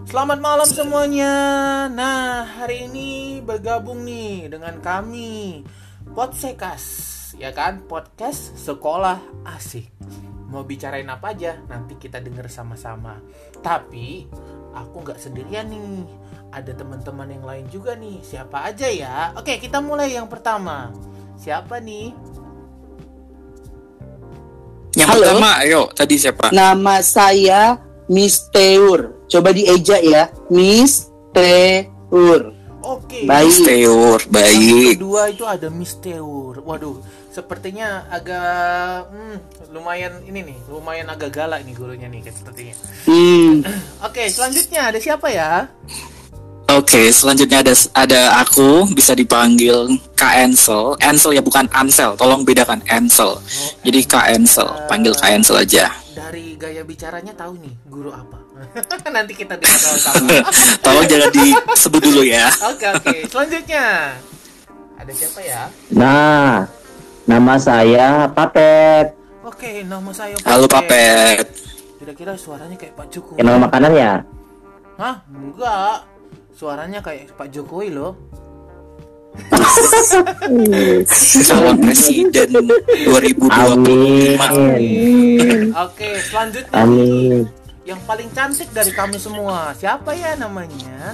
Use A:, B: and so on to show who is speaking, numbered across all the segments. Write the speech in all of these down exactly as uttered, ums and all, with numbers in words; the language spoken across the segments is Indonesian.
A: Selamat malam semuanya. Nah, hari ini bergabung nih dengan kami Podsekas, ya kan? Podcast Sekolah Asik. Mau bicarain apa aja, nanti kita denger sama-sama. Tapi, aku gak sendirian nih. Ada teman-teman yang lain juga nih. Siapa aja ya? Oke, kita mulai yang pertama. Siapa nih?
B: Yang
C: Halo.
B: pertama, ayo, tadi siapa?
C: Nama saya Misteur. Coba dieja ya, Misteur.
A: Oke.
C: Baik.
B: Misteur,
A: Yang
B: baik.
A: kedua itu ada Misteur. Waduh, sepertinya agak hmm, lumayan ini nih, lumayan agak galak nih gurunya nih, kayak sepertinya.
C: Hmm.
A: Oke, selanjutnya ada siapa ya?
B: Oke, selanjutnya ada ada aku, bisa dipanggil Kak Ansel. Ansel ya, bukan Ansel. Tolong bedakan Ansel. Jadi Kak Ansel, panggil Kak Ansel aja.
A: Dari gaya bicaranya tahu nih guru apa. Nanti kita dengar sama.
B: Tolong jangan disebut dulu ya.
A: Oke, oke. Selanjutnya ada siapa ya?
D: Nah, nama saya Papet.
A: Oke, nama saya
B: Halo Papet.
A: Kira-kira suaranya kayak Pak Jokowi.
D: Kenal makanan ya?
A: Hah? Enggak. Suaranya kayak Pak Jokowi loh.
B: Calon Presiden dua ribu dua puluh lima.
D: Amin.
A: Oke, selanjutnya
D: Amin.
A: yang paling cantik dari kami semua. Siapa ya namanya?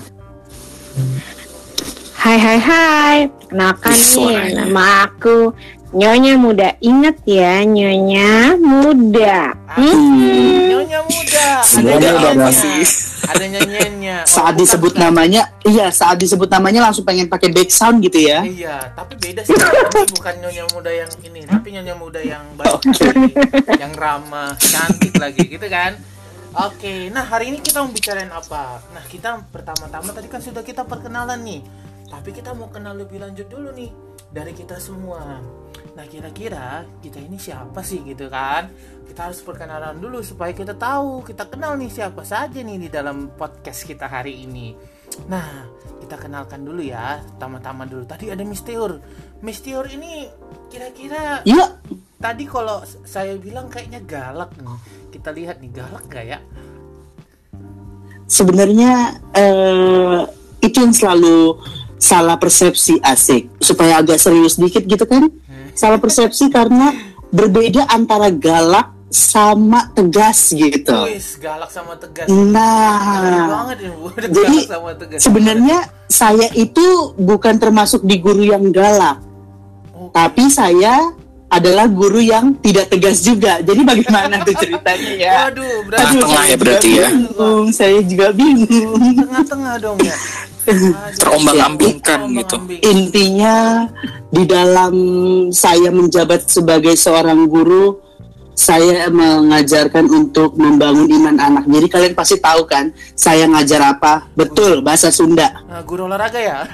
E: Hai hai hai, kenalkan
B: Ih,
E: nih,
B: suaranya.
E: nama aku Nyonya Muda. Ingat ya, Nyonya Muda. Hmm.
A: Nyonya muda.
B: Semoga
A: Ada
B: apa
A: nyanyiannya.
B: sih?
A: Ada nyanyiannya. Oh,
C: Saat
A: bukan,
C: disebut
A: bukan.
C: namanya, iya saat disebut namanya langsung pengen pakai back sound gitu ya.
A: Iya, tapi beda sih. Ini bukan nyonya muda yang ini, tapi nyonya muda yang baik hati, yang ramah, cantik lagi, gitu kan? Oke, nah hari ini kita mau bicarain apa? Nah, kita pertama-tama tadi kan sudah kita perkenalan nih. Tapi kita mau kenal lebih lanjut dulu nih dari kita semua. Nah, kira-kira kita ini siapa sih gitu kan? Kita harus perkenalan dulu supaya kita tahu, kita kenal nih siapa saja nih di dalam podcast kita hari ini. Nah, kita kenalkan dulu ya, tama-tama dulu. Tadi ada Misteur. Misteur ini kira-kira
C: Iya,
A: tadi kalau saya bilang kayaknya galak nih. Kita lihat nih, galak gak ya?
C: sebenarnya eh, itu yang selalu salah persepsi Asik. Supaya agak serius dikit gitu kan? Salah persepsi karena berbeda antara galak sama tegas gitu.
A: Wis, galak sama tegas.
C: Nah,
A: Galak banget ya, Bu.
C: jadi
A: Galak sama tegas.
C: sebenarnya saya itu bukan termasuk di guru yang galak,
A: Oke.
C: tapi saya adalah guru yang tidak tegas juga. Jadi bagaimana tuh ceritanya ya?
A: Waduh, berarti
B: Tengah-tengah ya
C: saya
B: berarti
C: juga
B: ya.
C: bingung, saya juga bingung.
A: tengah-tengah dong ya. Aduh.
B: Terombang-ambingkan gitu.
A: Terombang-ambing.
C: Intinya di dalam saya menjabat sebagai seorang guru, saya mengajarkan untuk membangun iman anak. Jadi kalian pasti tahu kan, saya ngajar apa? Betul, bahasa Sunda.
A: Nah, guru olahraga ya?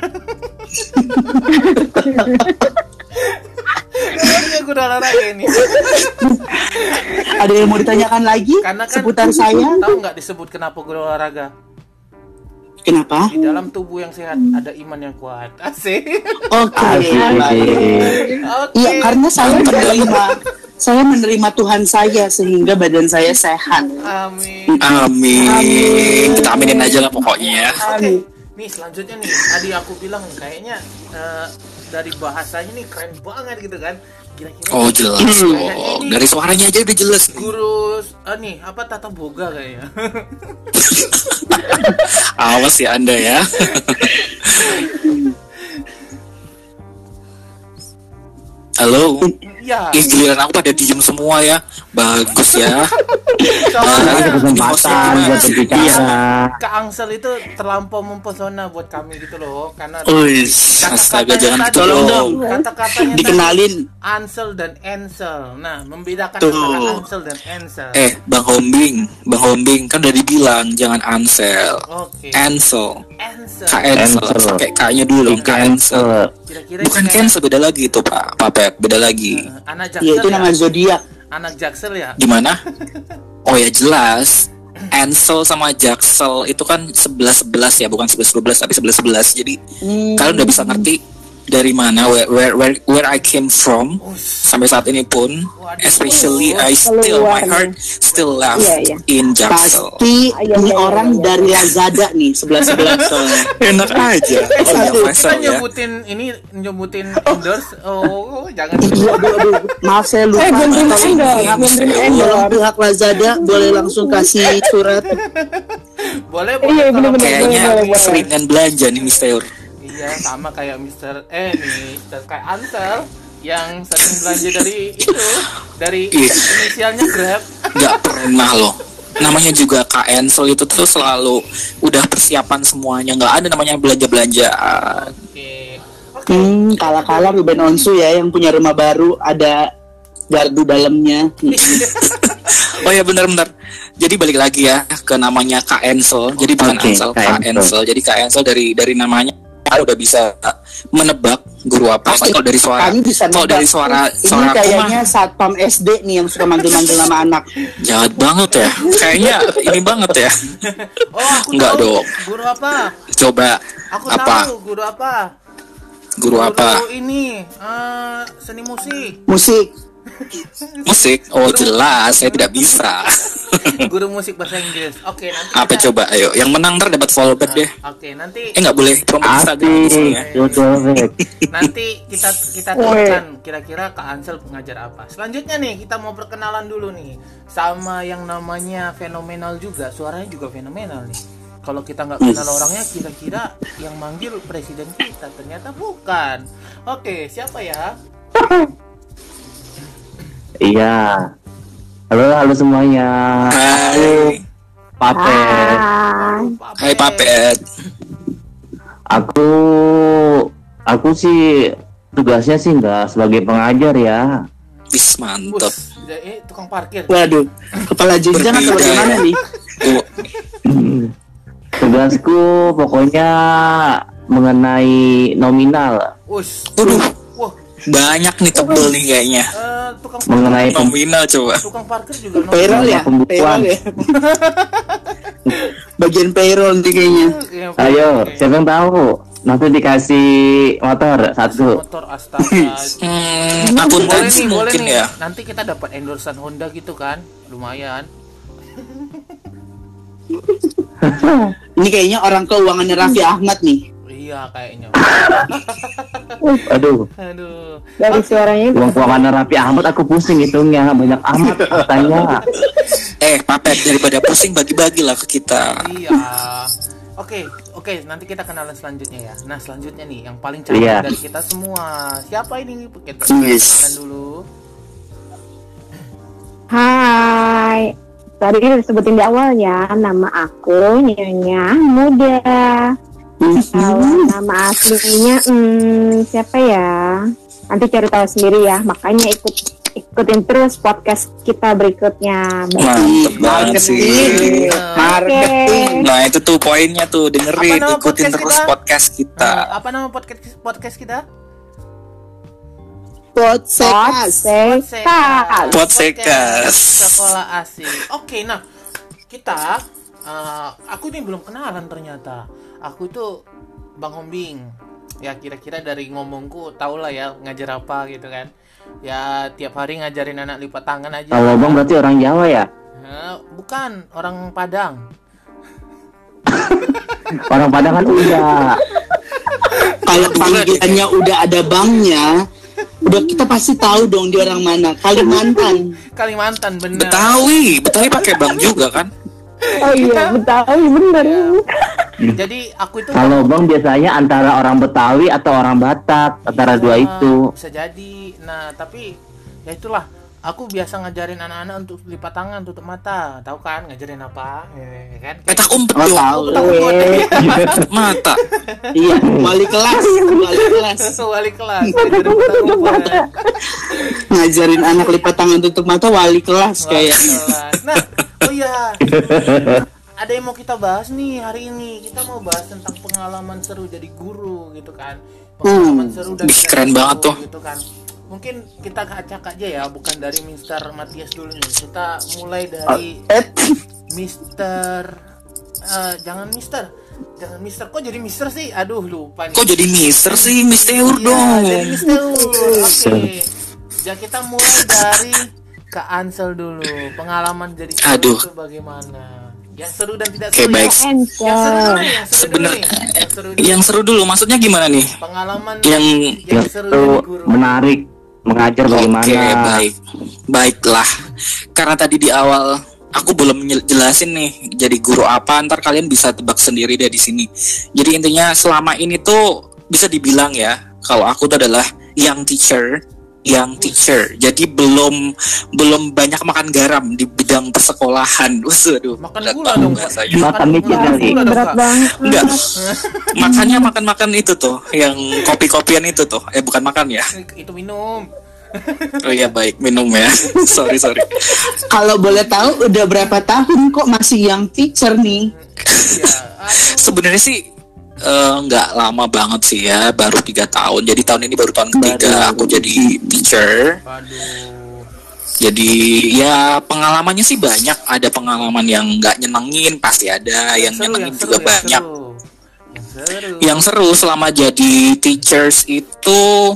A: Ini guru olahraga ini.
C: Ada yang mau ditanyakan lagi
A: Karena kan
C: seputar saya?
A: tahu nggak disebut kenapa guru olahraga?
C: Kenapa?
A: Di dalam tubuh yang sehat ada iman yang kuat. Asik.
C: Oke,
D: Asik.
C: baik.
A: Oke.
C: Iya, karena saya menerima saya menerima Tuhan saya sehingga badan saya sehat.
A: Amin.
B: Amin. Kita aminin aja lah pokoknya.
A: Oke. Nih selanjutnya nih, tadi aku bilang kayaknya eh, dari bahasanya nih keren banget gitu kan. Kira-kira
B: Oh jelas dong. Dari suaranya aja udah jelas nih.
A: guru ah, nih apa tata boga kayaknya.
B: Awas ya Anda ya. Halo.
A: Ya.
B: Ih, giliran aku pada diem semua ya. Bagus ya.
A: Soalnya
D: Kesempatan buat berbicara.
A: Kak Angsel itu terlampau mempesona buat kami gitu loh, karena
B: Uish, astaga jangan gitu
C: Tolong
B: dong.
C: dong.
A: kata-katanya
C: Dikenalin.
A: tadi Ansel dan Ensel. Nah, membedakan
C: Tuh.
A: antara Ansel dan Ensel.
B: Eh, Bang Hombing, Bang Hombing kan udah dibilang jangan Ansel,
A: Oke.
B: Ansel,
A: Ensel.
B: Kak Ansel,
D: Ansel.
B: pakai K-nya dulu, Kak Ansel.
D: Cancel.
A: Kira-kira
B: Bukan
A: ini kayak,
B: cancel, beda lagi itu Pak, Papet, beda lagi.
A: eh, anak
C: Ya
A: Jaksel
C: itu
A: ya?
C: nama zodiak.
A: Anak Jaksel ya?
B: Gimana? Oh ya jelas. Ansel sama Jaksel itu kan sebelas sebelas ya, bukan sebelas dua belas tapi sebelas sebelas. Jadi
C: Hmm.
B: kalian udah bisa ngerti dari mana, where where where, where I came from
A: Ush.
B: sampai saat ini pun,
A: Waduh.
B: especially I still my heart still left
E: Iya, iya.
B: in Jaksel.
C: Pasti
E: Iya,
C: ini
E: iya,
C: orang
E: iya.
C: dari Lazada nih sebelah-sebelah soalnya.
B: Enak aja.
A: Eh,
B: Oh,
A: kita
B: Jaksel ya.
A: nyebutin ini nyebutin endorse. Oh, jangan.
C: Aduh, aduh, aduh. Maaf saya lupa.
E: Eh, belum terima
C: Tolong-
E: endorse, belum terima
C: Tolong
E: endorse.
C: pihak Lazada boleh langsung kasih surat.
A: Boleh, boleh.
E: Iya,
A: kalau
E: bener-bener.
A: mau.
B: Kayaknya
E: Boleh, boleh.
B: seringan belanja nih Mister.
A: Iya, sama kayak Mister Eh nih, Mister kayak Ansel yang sering belanja dari itu, dari
B: Iya.
A: inisialnya Grab.
B: Gak pernah loh. Namanya juga Kak Ensel itu tuh selalu udah persiapan semuanya. Nggak ada namanya belanja-belanjaan.
A: Oke. Oke.
C: Hmm, kalah-kalah Ruben Onsu ya yang punya rumah baru ada gardu dalamnya.
B: Oh ya benar-benar. Jadi balik lagi ya ke namanya Kak Ensel. Jadi bukan
D: Oke,
B: Ansel,
D: Kak
B: Kak
D: Ensel.
B: Ensel. Jadi Kak Ensel dari dari namanya udah bisa menebak guru apa.
C: Pasti.
B: Kalau dari suara,
C: Kami bisa
B: kalau
C: nebak.
B: dari suara
C: Ini
B: suara aku mah
C: kayaknya satpam S D nih yang suka manggil-manggil nama anak.
B: jahat banget ya. Kayaknya ini banget ya.
A: Oh, aku
B: Enggak
A: tahu.
B: dong.
A: Guru apa?
B: Coba
A: Aku
B: apa?
A: tahu guru apa.
B: Guru apa?
A: Guru ini eh, seni musik.
C: Musik.
B: Musik. Oh jelas, saya tidak bisa.
A: Guru musik bahasa Inggris. Oke, nanti
B: Apa
A: kita-
B: coba? Ayo, yang menang ntar dapat follow back deh.
A: Oke, nanti
B: Eh nggak boleh promo Instagram di sini ya.
D: Asik, betul Bek.
A: nanti kita kita tentukan kira-kira Kak Ansel ngajar apa. Selanjutnya nih kita mau perkenalan dulu nih sama yang namanya fenomenal juga, suaranya juga fenomenal nih. Kalau kita nggak kenal orangnya, kira-kira yang manggil presiden kita ternyata bukan. Oke, siapa ya?
D: Iya. Halo, halo semuanya.
B: Hai,
D: Papet.
E: Hai.
B: hai Papet.
D: Aku aku sih tugasnya sih nggak sebagai pengajar ya.
B: Wis mantep.
A: Bus, eh tukang parkir.
C: Waduh, kepala jenjang atau
B: Berbeda
C: bagaimana
B: ya.
C: nih?
B: Oh,
D: Tugasku pokoknya mengenai nominal,
A: Us.
B: Waduh,
A: Wah,
B: banyak nih tebel nih kayaknya.
A: eh, tukang
D: mengenai
A: parkir,
D: pem-
B: Nominal coba.
A: tukang parkir juga
C: Payroll ya?
D: Pembukuan.
C: Payroll ya? Bagian payroll nih kayaknya.
A: Iya,
D: Ayo,
A: oke.
D: siapa yang tahu? Nanti dikasih motor satu.
A: Motor astaga.
B: Hmm,
A: boleh
B: akuntansi
A: nih, boleh
B: mungkin
A: nih.
B: ya.
A: Nanti kita dapat endorsean Honda gitu kan, lumayan.
C: Ini kayaknya orang keuangannya Raffi Ahmad nih.
A: Iya kayaknya.
D: Aduh,
A: Aduh.
E: Dari suaranya
D: uang keuangan Raffi Ahmad aku pusing hitungnya, banyak amat katanya.
B: Eh, Papet daripada pusing bagi-bagi lah ke kita.
A: Iya. Oke, oke. Nanti kita kenalan selanjutnya ya. Nah selanjutnya nih, yang paling cantik
D: Iya.
A: dari kita semua. Siapa ini? Kita
C: Yes.
A: kenalan dulu.
E: Hai. Tadi kan disebutin di awal ya, nama aku Nyonya Muda. Kalau nama aslinya hmm, siapa ya? Nanti cari tahu sendiri ya. Makanya ikut ikutin terus podcast kita berikutnya.
B: Mantep banget sih.
C: Marketing. Marketing.
B: Nah itu tuh poinnya tuh, dengerin,
A: Apa nama
B: ikutin
A: podcast
B: terus
A: kita?
B: podcast kita.
A: Eh, apa nama podcast podcast kita?
C: Podsekas.
E: Podsekas.
B: Podsekas.
A: Sekolah asik. Oke, nah kita, eh, aku ini belum kenalan ternyata. Aku itu Bang Hombing. Ya kira-kira dari ngomongku tau lah ya ngajar apa gitu kan. Ya tiap hari ngajarin anak lipat tangan aja.
D: Kalau bang berarti orang Jawa ya?
A: Eh, bukan orang Padang.
D: Orang Padang kan udah.
C: Kalau panggilannya udah ada banknya, udah kita pasti tahu dong dia orang mana. Kalimantan.
A: Kalimantan bener.
B: Betawi, Betawi pakai bang juga kan?
E: Oh iya, Betawi bener.
A: Jadi aku itu
D: Kalau bang biasanya antara orang Betawi atau orang Batak, antara dua
A: Eh,
D: itu.
A: bisa jadi. Nah tapi ya itulah, aku biasa ngajarin anak-anak untuk lipat tangan, tutup mata. Tahu kan ngajarin apa? Ya, kan?
B: Petak umpet
C: Oh,
B: dong.
C: tahu.
A: Petak umpet.
B: Tutup mata.
C: Iya, wali kelas, wali kelas.
A: Wali kelas ngajarin petak umpet.
C: Ngajarin anak lipat tangan tutup mata wali kelas
A: Wali
C: kayak.
A: kelas. Nah, oh iya, ada yang mau kita bahas nih hari ini. Kita mau bahas tentang pengalaman seru jadi guru gitu kan. Pengalaman
C: Hmm.
A: seru dan
B: Wih, keren
A: seru
B: banget tuh.
A: gitu kan. Mungkin kita acak aja ya, bukan dari Mister Matias dulu nih. Kita mulai dari
C: Eh,
A: Mister eh, jangan Mister Jangan Mister, kok jadi Mister sih? Aduh lupa nih.
B: Kok jadi Mister sih? Mister
A: Iya,
B: dong.
A: jadi Mister. Oke. Ya kita mulai dari Kak Ansel dulu. Pengalaman jadi guru
B: Aduh.
A: itu bagaimana? Yang seru dan tidak
B: Oke,
A: seru
B: baik.
A: ya? Yang seru dulu nih, yang seru dulu
B: Sebenar-
A: nih. Yang seru dulu.
B: Yang seru dulu, maksudnya gimana nih?
A: Pengalaman
B: Yang
A: yang
D: Yang
A: seru
D: itu
A: jadi guru.
D: menarik, mengajar bagaimana.
B: Oke, baik. Baiklah. Karena tadi di awal aku belum nyel- jelasin nih jadi guru apa, ntar kalian bisa tebak sendiri deh di sini. Jadi intinya selama ini tuh bisa dibilang ya, kalau aku tuh adalah young teacher, young teacher. Jadi belum belum banyak makan garam di bidang persekolahan. Waduh,
A: Makan
B: berat
A: gula
B: banget
A: dong, Kak.
B: rasanya.
D: Makan mikir
A: makan
D: kali.
A: gula dong,
E: Berat
A: Kak.
E: banget.
B: Enggak. Makannya makan-makan itu tuh, yang kopi-kopian itu tuh. Eh bukan makan ya.
A: Itu minum.
B: Oh iya baik, minum ya. sorry sorry.
C: Kalau boleh tahu udah berapa tahun kok masih yang teacher nih?
A: Iya. Aduh.
B: Sebenarnya sih eh, nggak lama banget sih ya, baru tiga tahun. Jadi tahun ini baru tahun ketiga aku jadi teacher.
A: Aduh.
B: Jadi ya pengalamannya sih banyak. Ada pengalaman yang nggak nyenengin pasti ada, yang
A: seru,
B: nyenengin
A: seru,
B: juga
A: yang
B: banyak.
A: seru. Yang seru.
B: Yang seru selama jadi teachers itu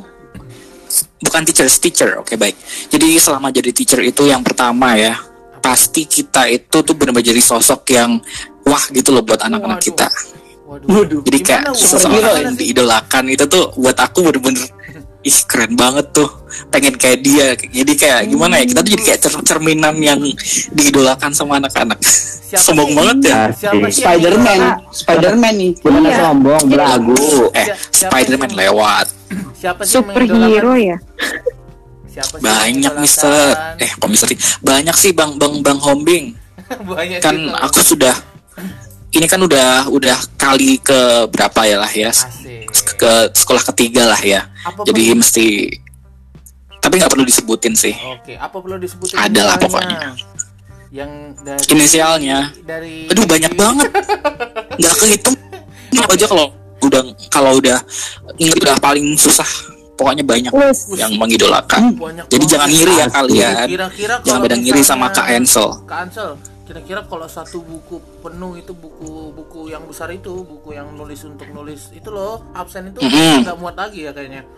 B: bukan teachers, teacher. Oke baik. Jadi selama jadi teacher itu yang pertama ya, pasti kita itu tuh benar-benar jadi sosok yang wah gitu loh buat anak-anak
A: Waduh.
B: kita.
A: Waduh.
B: Jadi kayak
A: Gimana, Wu?
B: seseorang
A: Gimana
B: yang
A: sih?
B: diidolakan itu tuh buat aku bener-bener ih keren banget tuh, pengen kayak dia. Jadi kayak gimana ya, kita tuh jadi kayak cer- cerminan yang diidolakan sama anak-anak.
A: Siapa
B: Sombong
A: sih?
B: banget ya.
A: Siapa sih yang
C: Spider-Man,
A: diidolakan?
C: Spider-Man nih.
D: Gimana
E: Iya.
D: sombong, belagu.
B: Eh,
A: Siapa
B: Spider-Man
A: sih?
B: lewat.
A: Siapa sih yang
E: Superhero
A: mengidolakan?
E: ya.
A: Siapa sih yang
B: Banyak
A: mengidolakan?
B: Mister. Eh, kok Mister sih? Banyak sih Bang Bang Bang Hombing.
A: Banyak
B: Kan
A: sih, Bang.
B: aku sudah ini kan udah udah kali ke berapa ya lah ya?
A: Asik.
B: Ke sekolah ketiga lah ya.
A: Apa
B: Jadi
A: perlu-
B: mesti tapi nggak perlu disebutin sih.
A: Oke, apa perlu disebutin?
B: Ada lah
A: inisialnya?
B: pokoknya.
A: Yang dari
B: Inisialnya.
A: dari
B: Aduh banyak banget. Nggak kehitung. Kenapa aja kalau udah kalau udah inget udah paling susah. Pokoknya banyak
E: Wes.
B: yang mengidolakan.
A: Banyak
B: Jadi
A: banget.
B: jangan ngiri ya kalian.
A: Kira-kira
B: Jangan
A: kalau
B: pada ngiri sama
A: misalnya-
B: Kak Ansel.
A: Kak Ansel, kira-kira kalau satu buku penuh itu buku-buku yang besar itu, buku yang nulis untuk nulis itu loh, absen itu
B: Mm-mm.
A: nggak muat lagi ya kayaknya.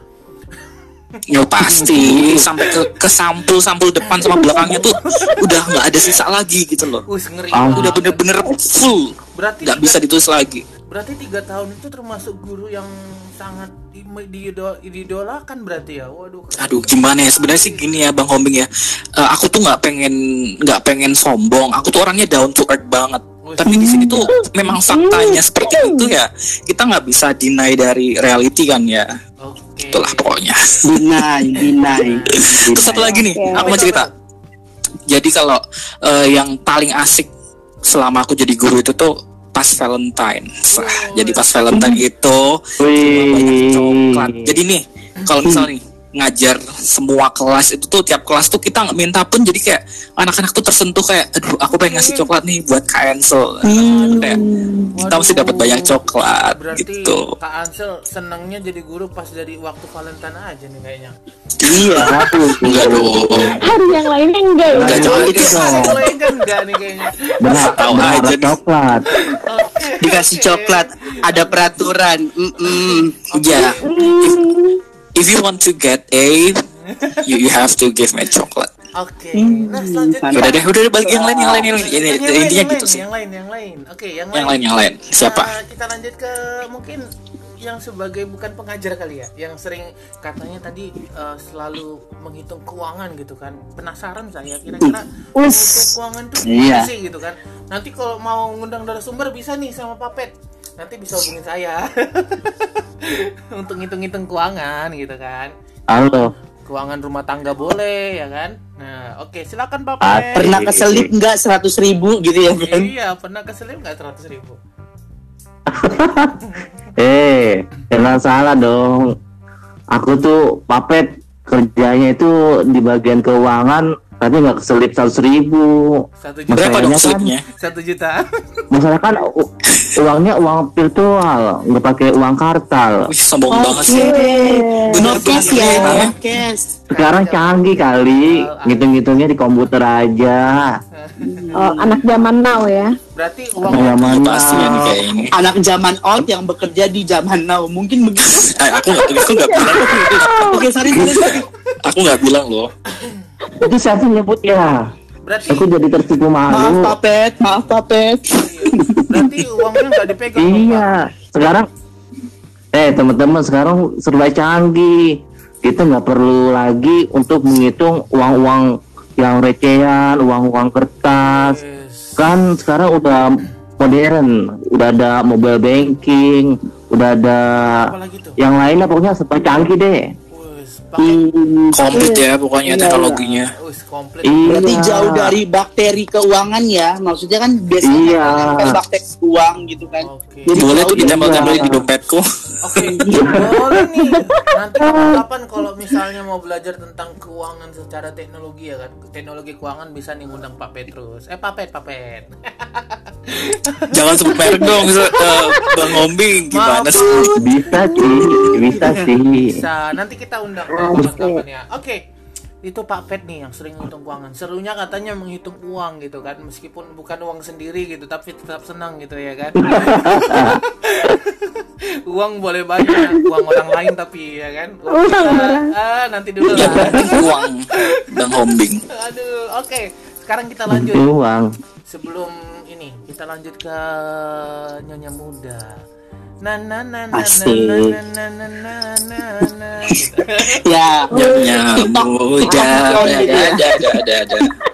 B: Ya pasti sampai ke ke sampul sampul depan sama belakangnya tuh udah nggak ada sisa lagi gitu loh.
A: Wih, ngeri.
D: Ah.
A: banget.
B: Udah bener-bener full,
A: Berarti
B: nggak
A: tiga-
B: bisa ditulis lagi.
A: Berarti tiga tahun itu termasuk guru yang sangat di- diido- diidolakan berarti ya. Waduh. keren.
B: Aduh gimana ya sebenarnya sih gini ya Bang Hombing ya. Eh, aku tuh nggak pengen nggak pengen sombong. Aku tuh orangnya down to earth banget. Tapi di sini tuh memang faktanya seperti itu ya. Kita nggak bisa deny dari reality kan ya.
A: Oke.
B: Itulah pokoknya.
C: Deny, deny.
B: Terus satu lagi nih,
E: Oke.
B: aku mau cerita. Jadi kalau eh, yang paling asik selama aku jadi guru itu tuh pas Valentine. Sah, jadi pas Valentine itu banyak coklat.
D: Wih.
B: Jadi nih, kalau misalnya nih ngajar semua kelas itu tuh tiap kelas tuh kita nggak minta pun jadi kayak anak-anak tuh tersentuh kayak aduh aku pengen ngasih coklat nih buat Kak Ansel. Kayak kita mesti dapat banyak coklat
A: Berarti
B: gitu.
A: Kak Ansel senangnya jadi guru pas dari waktu Valentine aja nih kayaknya.
C: Iya.
B: Enggak dong.
E: Hari yang lainnya enggak ya.
B: Enggak jangan gitu.
A: Yang lain kan enggak nih kayaknya.
D: Benar,
B: Tahu
D: benar,
B: aja nih.
D: coklat.
A: Oke.
C: Dikasih coklat, ada peraturan. Mm-mm.
B: Ya, if, if you want to get A, you, you have to give me chocolate.
A: Oke. Nah, selanjutnya.
B: Udah deh, udah deh bagi yang lain, yang lain, yang lain. Ini,
A: Yang lain,
B: intinya
A: yang
B: gitu
A: lain,
B: sih.
A: Yang lain, yang lain. Oke, yang,
B: Yang lain, yang lain. Siapa?
A: Nah, kita lanjut ke mungkin yang sebagai bukan pengajar kali ya, yang sering katanya tadi eh, selalu menghitung keuangan gitu kan. Penasaran saya kira-kira menghitung keuangan tuh
C: Iya.
A: gimana sih gitu kan. Nanti kalau mau ngundang narasumber bisa nih sama Papet. Nanti bisa hubungin saya. Untuk ngitung-ngitung keuangan gitu kan.
D: Halo.
A: Keuangan rumah tangga boleh ya kan. Nah, oke, silakan
D: Ah,
A: Papet.
C: Pernah keselip nggak seratus ribu gitu ya kan?
A: Iya, pernah keselip nggak seratus ribu?
D: Eh, jangan salah dong. Aku tuh Papet kerjanya itu di bagian keuangan. tapi nggak keselip seratus ribu.
A: Satu juta.
B: Berapa dong
D: Masalahnya kan,
B: slipnya?
A: Satu juta.
D: masalah kan u- uangnya uang virtual, nggak pakai uang kartal.
B: Wih, sombong banget
C: Oke,
B: sih.
C: no
B: Bener
C: cash
B: banget.
C: ya, no cash.
D: Sekarang canggih kali, ngitung-ngitungnya di komputer aja.
E: Oh, anak zaman now ya.
A: Berarti uang
D: Yang mana?
B: Pasti ya nih kayak ini.
C: Anak zaman old yang bekerja di zaman now, mungkin begitu.
B: Eh, aku nggak, aku nggak bilang.
C: Oke, sorry, sorry, sorry.
B: Aku nggak bilang loh.
D: Itu saya sih nyebut ya.
A: berarti
D: Aku jadi tertipu
C: Maaf
D: malu.
C: Papet, maaf Papet.
A: berarti uangnya nggak dipegang dong, Pak?
D: Iya, sekarang eh teman-teman sekarang serba canggih. Kita nggak perlu lagi untuk menghitung uang-uang yang recehan, uang-uang kertas.
A: Yes.
D: Kan sekarang udah modern, udah ada mobile banking, udah ada
A: Apalagi tuh?
D: yang lainnya, pokoknya serba canggih deh.
A: Wes, pakai
C: Hmm,
B: Komplit ya pokoknya
C: Iya,
B: teknologinya.
A: wes komplit.
C: berarti
D: Iya.
C: jauh dari bakteri keuangan ya. Maksudnya kan biasanya
D: Iya.
C: kan bakteri uang gitu kan.
A: Oke.
C: Jadi
B: Boleh
C: jauh
B: tuh
C: dari-
B: ditempel-tempel di dompetku.
A: Oke, boleh nih. Nanti kapan-kapan kalau misalnya mau belajar tentang keuangan secara teknologi ya kan, teknologi keuangan bisa nih ngundang Pak Petrus. Eh, Papet, Papet.
B: Jangan sebut merek dong, bisa, eh, Bang Ombing gimana
A: Maaf,
B: sih?
D: Bisa sih, bisa sih.
A: Bisa. Nanti kita undang kapan-kapan ya. Oke. Itu Pak Pet nih yang sering menghitung keuangan. Serunya katanya menghitung uang gitu kan, meskipun bukan uang sendiri gitu, tapi tetap senang gitu ya kan. Uang boleh banyak, uang orang lain tapi ya kan. Uang kita, ah, nanti dulu
B: Yang
A: lah.
B: penting uang, Bang Ombing.
A: Aduh, oke. Sekarang kita lanjut.
D: Uang.
A: Sebelum ini kita lanjut ke Nyonya Muda. Na na na na na
C: Asik.
A: na na na na na na gitu.
C: Ya.
B: Jamnya muda, ada, ada, ada, ada, ada.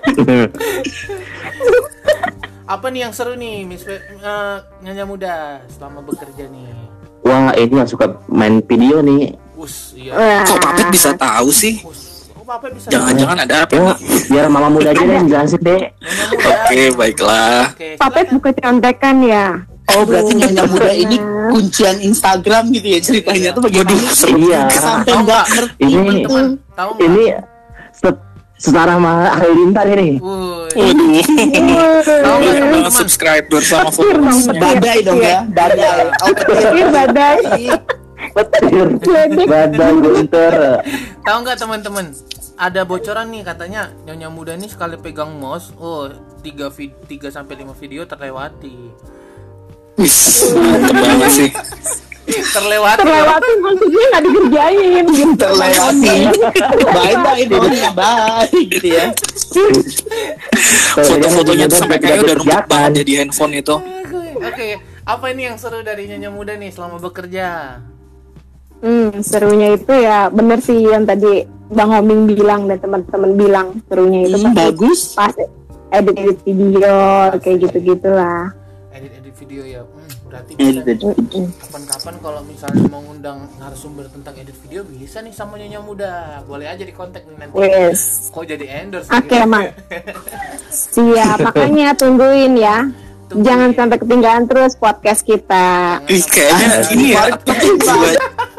A: Apa nih yang seru nih, Miss Fe- eh, Nyonya Muda selama bekerja nih?
D: Wah, ini yang suka main video nih.
A: Us, iya.
E: Wah.
B: Kok Papet bisa tahu sih?
A: Us. Oh, Bapak bisa.
B: Jangan-jangan ada apa
D: Ya,
B: nih?
D: biar mama muda aja deh yang jelasin deh.
A: Nyonya Muda.
B: Oke, baiklah.
A: Oke,
E: Papet
A: silakan.
E: buka contekan ya.
C: Oh, berarti Nyonya Muda ini kuncian Instagram gitu ya ceritanya tuh bagaimana?
D: Iya.
C: Sampai nggak ngerti.
D: Ini
A: Teman-teman, tahu nggak?
D: ini set, setara sama Halilintar ini.
A: Wuih.
B: Waduh.
A: Tahu nggak
B: Banget
A: teman-teman?
B: subscriber sama
E: Petir dong,
B: followersnya.
E: petir.
C: Badai dong ya, badai. Oh,
E: Petir badai.
D: Petir, badai gunter.
A: Tahu nggak teman-teman? Ada bocoran nih katanya Nyonya Muda nih sekali pegang mouse, oh tiga vid- tiga sampai lima video terlewati.
B: Wis, mantep banget sih.
A: Terlewati.
E: Terlewati maksudnya nggak dikerjain gitu.
C: terlewati. Bye bye dong, bye gitu ya.
B: Foto-fotonya tuh sampai kayak udah numpuk banget ya di handphone itu.
A: Oke, apa ini yang seru dari Nyonya Muda nih selama bekerja?
E: Hmm, serunya itu ya bener sih yang tadi Bang Homing bilang dan teman-teman bilang, serunya itu
C: Hmm,
E: pasti
C: bagus.
E: pas edit-edit video kayak gitu-gitulah.
A: Edit-edit video ya. Hmm, berarti bisa
E: Mm-mm.
A: kapan-kapan kalau misalnya mau ngundang narasumber tentang edit video bisa nih sama Nyonya Muda. Boleh aja di kontak nih nanti.
E: Wes.
A: Kok jadi endorse
E: Oke,
A: gitu?
E: Mak. Siap, makanya tungguin ya.
A: Tungguin.
E: Jangan sampai ketinggalan terus podcast kita.
B: Ih, kayaknya ini ya. Jiwa-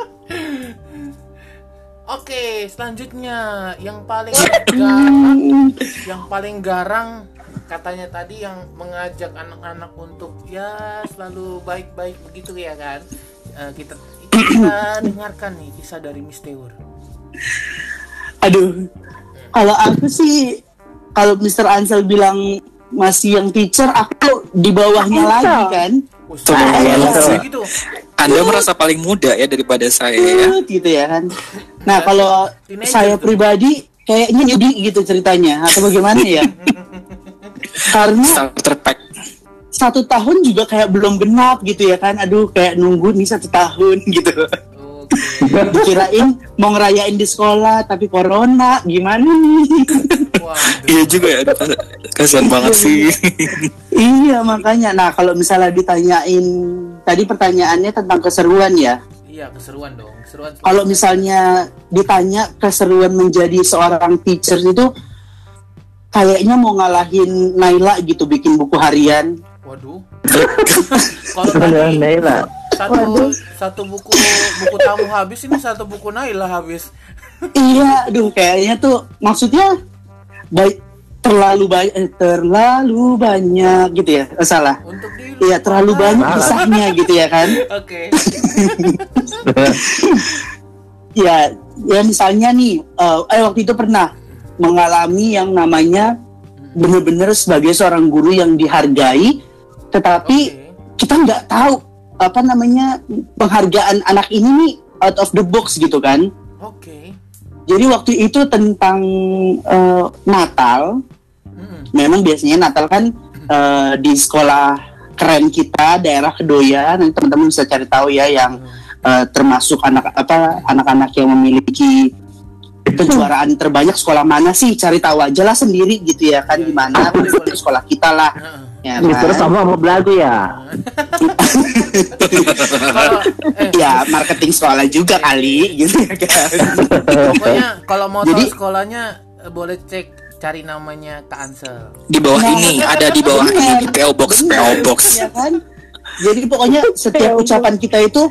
A: Oke, selanjutnya yang paling garang, yang paling garang katanya tadi yang mengajak anak-anak untuk ya selalu baik-baik begitu ya kan? Eh, kita kita dengarkan nih kisah dari Miss Teur.
C: Aduh, kalau aku sih, kalau Mister Ansel bilang masih yang teacher, aku di bawahnya lagi kan.
A: Wah,
B: Coba
A: saya
B: bayangin
A: langsung
B: sih.
A: gitu.
B: Anda merasa paling muda ya daripada saya ya.
C: Uh, gitu ya kan. Nah, kalau
A: Teenager
C: saya
A: tuh.
C: pribadi kayaknya nyudi gitu ceritanya atau bagaimana ya? Karena
B: Starter pack.
C: satu tahun juga kayak belum genap gitu ya kan. Aduh, kayak nunggu nih satu tahun gitu.
A: Oke.
C: Dikirain mau ngerayain di sekolah tapi corona gimana nih?
A: Waduh.
B: Iya juga ya. Kasihan banget sih.
C: Iya makanya. Nah, kalau misalnya ditanyain tadi pertanyaannya tentang keseruan ya.
A: Iya, keseruan dong. Keseruan.
C: Kalau misalnya ditanya keseruan menjadi seorang teacher itu kayaknya mau ngalahin Naila gitu bikin buku harian.
A: Waduh. Kalau
D: Beneran
A: tadi
D: Naila.
A: satu satu buku buku tamu habis, ini satu buku Naila habis.
C: Iya, aduh kayaknya tuh maksudnya baik terlalu banyak eh, terlalu banyak gitu ya. Eh, salah.
A: Untuk diri.
C: Iya, terlalu banyak kisahnya gitu ya kan.
A: Oke.
C: Ya, ya misalnya nih, uh, eh waktu itu pernah mengalami yang namanya benar-benar sebagai seorang guru yang dihargai, tetapi
A: Oke.
C: kita nggak tahu apa namanya penghargaan anak ini nih out of the box gitu kan.
A: Oke.
C: Jadi waktu itu tentang uh, Natal,
A: Mm-mm.
C: memang biasanya Natal kan uh, di sekolah keren kita daerah Kedoya, nanti teman-teman bisa cari tahu ya yang uh, termasuk anak apa anak-anak yang memiliki kejuaraan terbanyak sekolah mana sih, cari tahu aja lah sendiri gitu ya kan,
A: Iya,
C: di mana
A: boleh, boleh.
C: sekolah kita lah.
A: Heeh.
C: Ya
D: Mister
C: kan?
D: sama mau belagu ya.
A: Kalau eh,
C: Ya marketing sekolah juga kali gitu ya kan.
A: pokoknya kalau mau
C: Jadi-
A: tahu sekolahnya eh, boleh cek cari namanya Kak Ansel.
B: Di bawah
C: Nah,
B: ini, ada di bawah
C: bener,
B: ini, P O Box, P
C: bener,
B: O Box.
C: ya kan. Jadi pokoknya setiap ucapan kita itu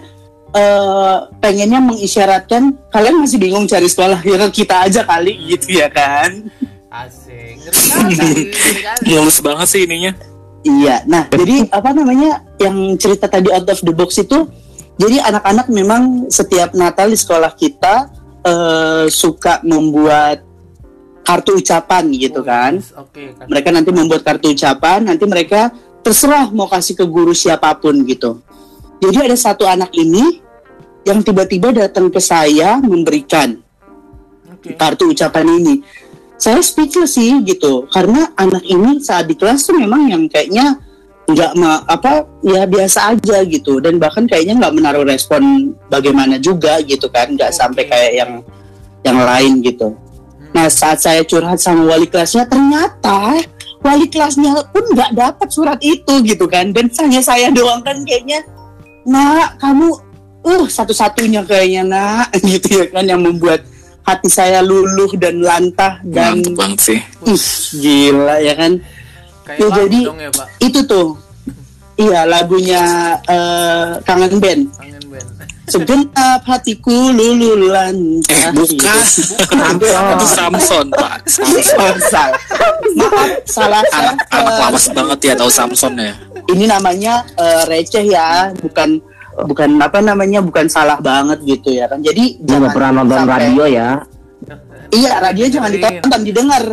C: eh, pengennya mengisyaratkan kalian masih bingung cari sekolah, ya kan kita aja kali gitu ya kan.
A: Asik. Ngeri kali, ngeri kali.
B: Mulus banget sih ininya.
C: Iya, nah jadi apa namanya yang cerita tadi out of the box itu, jadi anak-anak memang setiap Natal di sekolah kita eh, suka membuat kartu ucapan gitu kan.
A: Oke, kan.
C: Mereka nanti membuat kartu ucapan, nanti mereka terserah mau kasih ke guru siapapun gitu. Jadi ada satu anak ini yang tiba-tiba datang ke saya memberikan
A: Oke.
C: kartu ucapan ini. Saya speechless sih gitu, karena anak ini saat di kelas tuh memang yang kayaknya nggak ma- apa ya biasa aja gitu, dan bahkan kayaknya nggak menaruh respon bagaimana juga gitu kan, nggak
A: Oke.
C: sampai kayak yang yang lain gitu. Nah saat saya curhat sama wali kelasnya, ternyata wali kelasnya pun nggak dapat surat itu gitu kan, dan hanya saya doang kan kayaknya, nak kamu uh satu-satunya kayaknya nak gitu ya kan, yang membuat hati saya luluh dan lantah dan
B: Mantep banget sih.
C: ih gila ya kan.
A: Kayak
C: Ya,
A: lagu
C: jadi
A: dong ya, Pak.
C: itu tuh iya lagunya eh, Kangen Band,
A: Kangen band.
C: segenap hatiku luluh lantah.
B: Eh, bukan.
C: Bukan.
B: Itu Samson, Pak. Samson.
C: Oh, salah. Maaf, salah saya.
B: Anak, anak lawas banget ya tahu Samson ya.
C: Ini namanya eh, receh ya, bukan bukan apa namanya, bukan salah banget gitu ya kan. Jadi
D: Dia nggak pernah nonton
C: sampai-
D: radio ya.
C: Iya, radio jangan
A: Dengerin.
C: ditonton, didengar.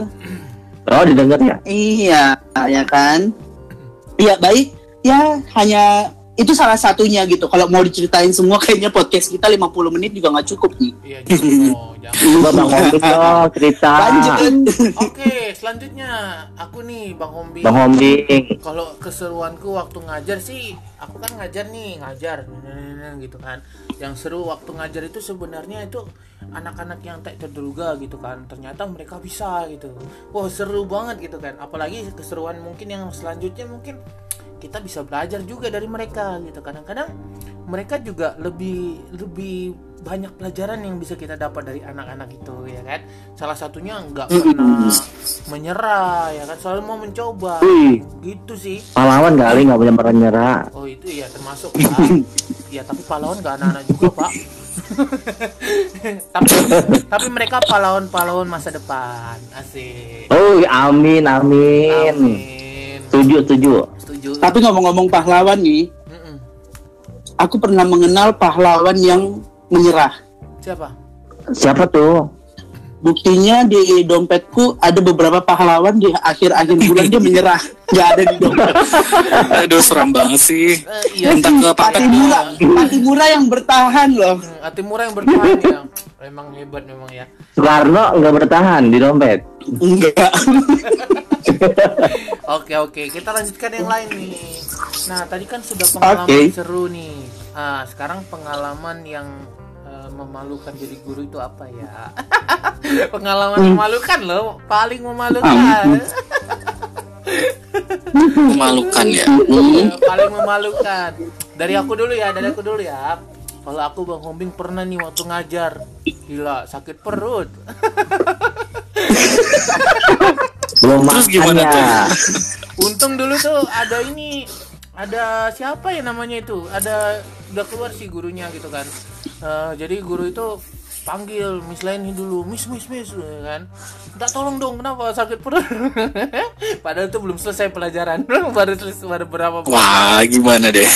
D: Oh didengar ya.
C: Iya, ya kan. Iya, baik. Ya, hanya itu salah satunya gitu. Kalau mau diceritain semua kayaknya podcast kita lima puluh menit juga nggak cukup nih.
A: Iya, jangan. Oh, jangan.
D: Coba Bang Hombing dong cerita.
C: Lanjut.
A: Oke, selanjutnya aku nih Bang Hombi.
D: Bang Hombing.
A: Kalau keseruanku waktu ngajar sih, aku kan ngajar nih, ngajar gitu kan. Yang seru waktu ngajar itu sebenarnya itu anak-anak yang tak terduga gitu kan. Ternyata mereka bisa gitu. Wah, seru banget gitu kan. Apalagi keseruan mungkin yang selanjutnya mungkin kita bisa belajar juga dari mereka gitu. Kadang-kadang mereka juga lebih lebih banyak pelajaran yang bisa kita dapat dari anak-anak itu ya kan. Salah satunya nggak pernah menyerah ya kan, selalu mau mencoba.
D: Wih.
A: Gitu sih.
D: Pahlawan kali nggak punya pernah nyerah.
A: Oh itu ya termasuk Pak. Ya tapi pahlawan gak anak-anak juga Pak. tapi tapi mereka pahlawan-pahlawan masa depan. Asik.
D: Oh amin amin.
A: Amin.
D: Setuju setuju.
A: Setuju.
C: Tapi ngomong-ngomong pahlawan nih,
A: Mm-mm.
C: aku pernah mengenal pahlawan yang menyerah.
A: Siapa?
D: Siapa tuh?
C: Buktinya di dompetku ada beberapa pahlawan di akhir-akhir bulan dia menyerah, nggak ada di dompet.
B: Aduh, seram banget sih.
A: Eh, iya.
B: Minta ke paket
C: Patimura,
B: doang.
C: Patimura yang bertahan loh.
A: Hmm, hati murah yang bertahan ya. Emang hebat memang ya.
D: Soekarno nggak bertahan di dompet.
C: Enggak.
A: Oke oke, kita lanjutkan yang lain nih. Nah tadi kan sudah pengalaman
C: Oke.
A: seru nih. Ah sekarang pengalaman yang eh, memalukan jadi guru itu apa ya? Pengalaman memalukan loh, paling memalukan.
B: Memalukan ya.
A: Eh, paling memalukan. Dari aku dulu ya, dari aku dulu ya. Kalau aku Bang Hombing pernah nih waktu ngajar, gila sakit perut.
D: Belum
B: Terus gimana
D: makannya.
A: Untung dulu tuh ada ini, ada siapa ya namanya itu, ada udah keluar sih gurunya gitu kan. Eh, jadi guru itu panggil Miss Leni dulu, Miss Miss Miss kan, minta tolong dong, kenapa sakit perut. Padahal itu belum selesai pelajaran, baru selesai baru berapa.
B: Wah, gimana deh?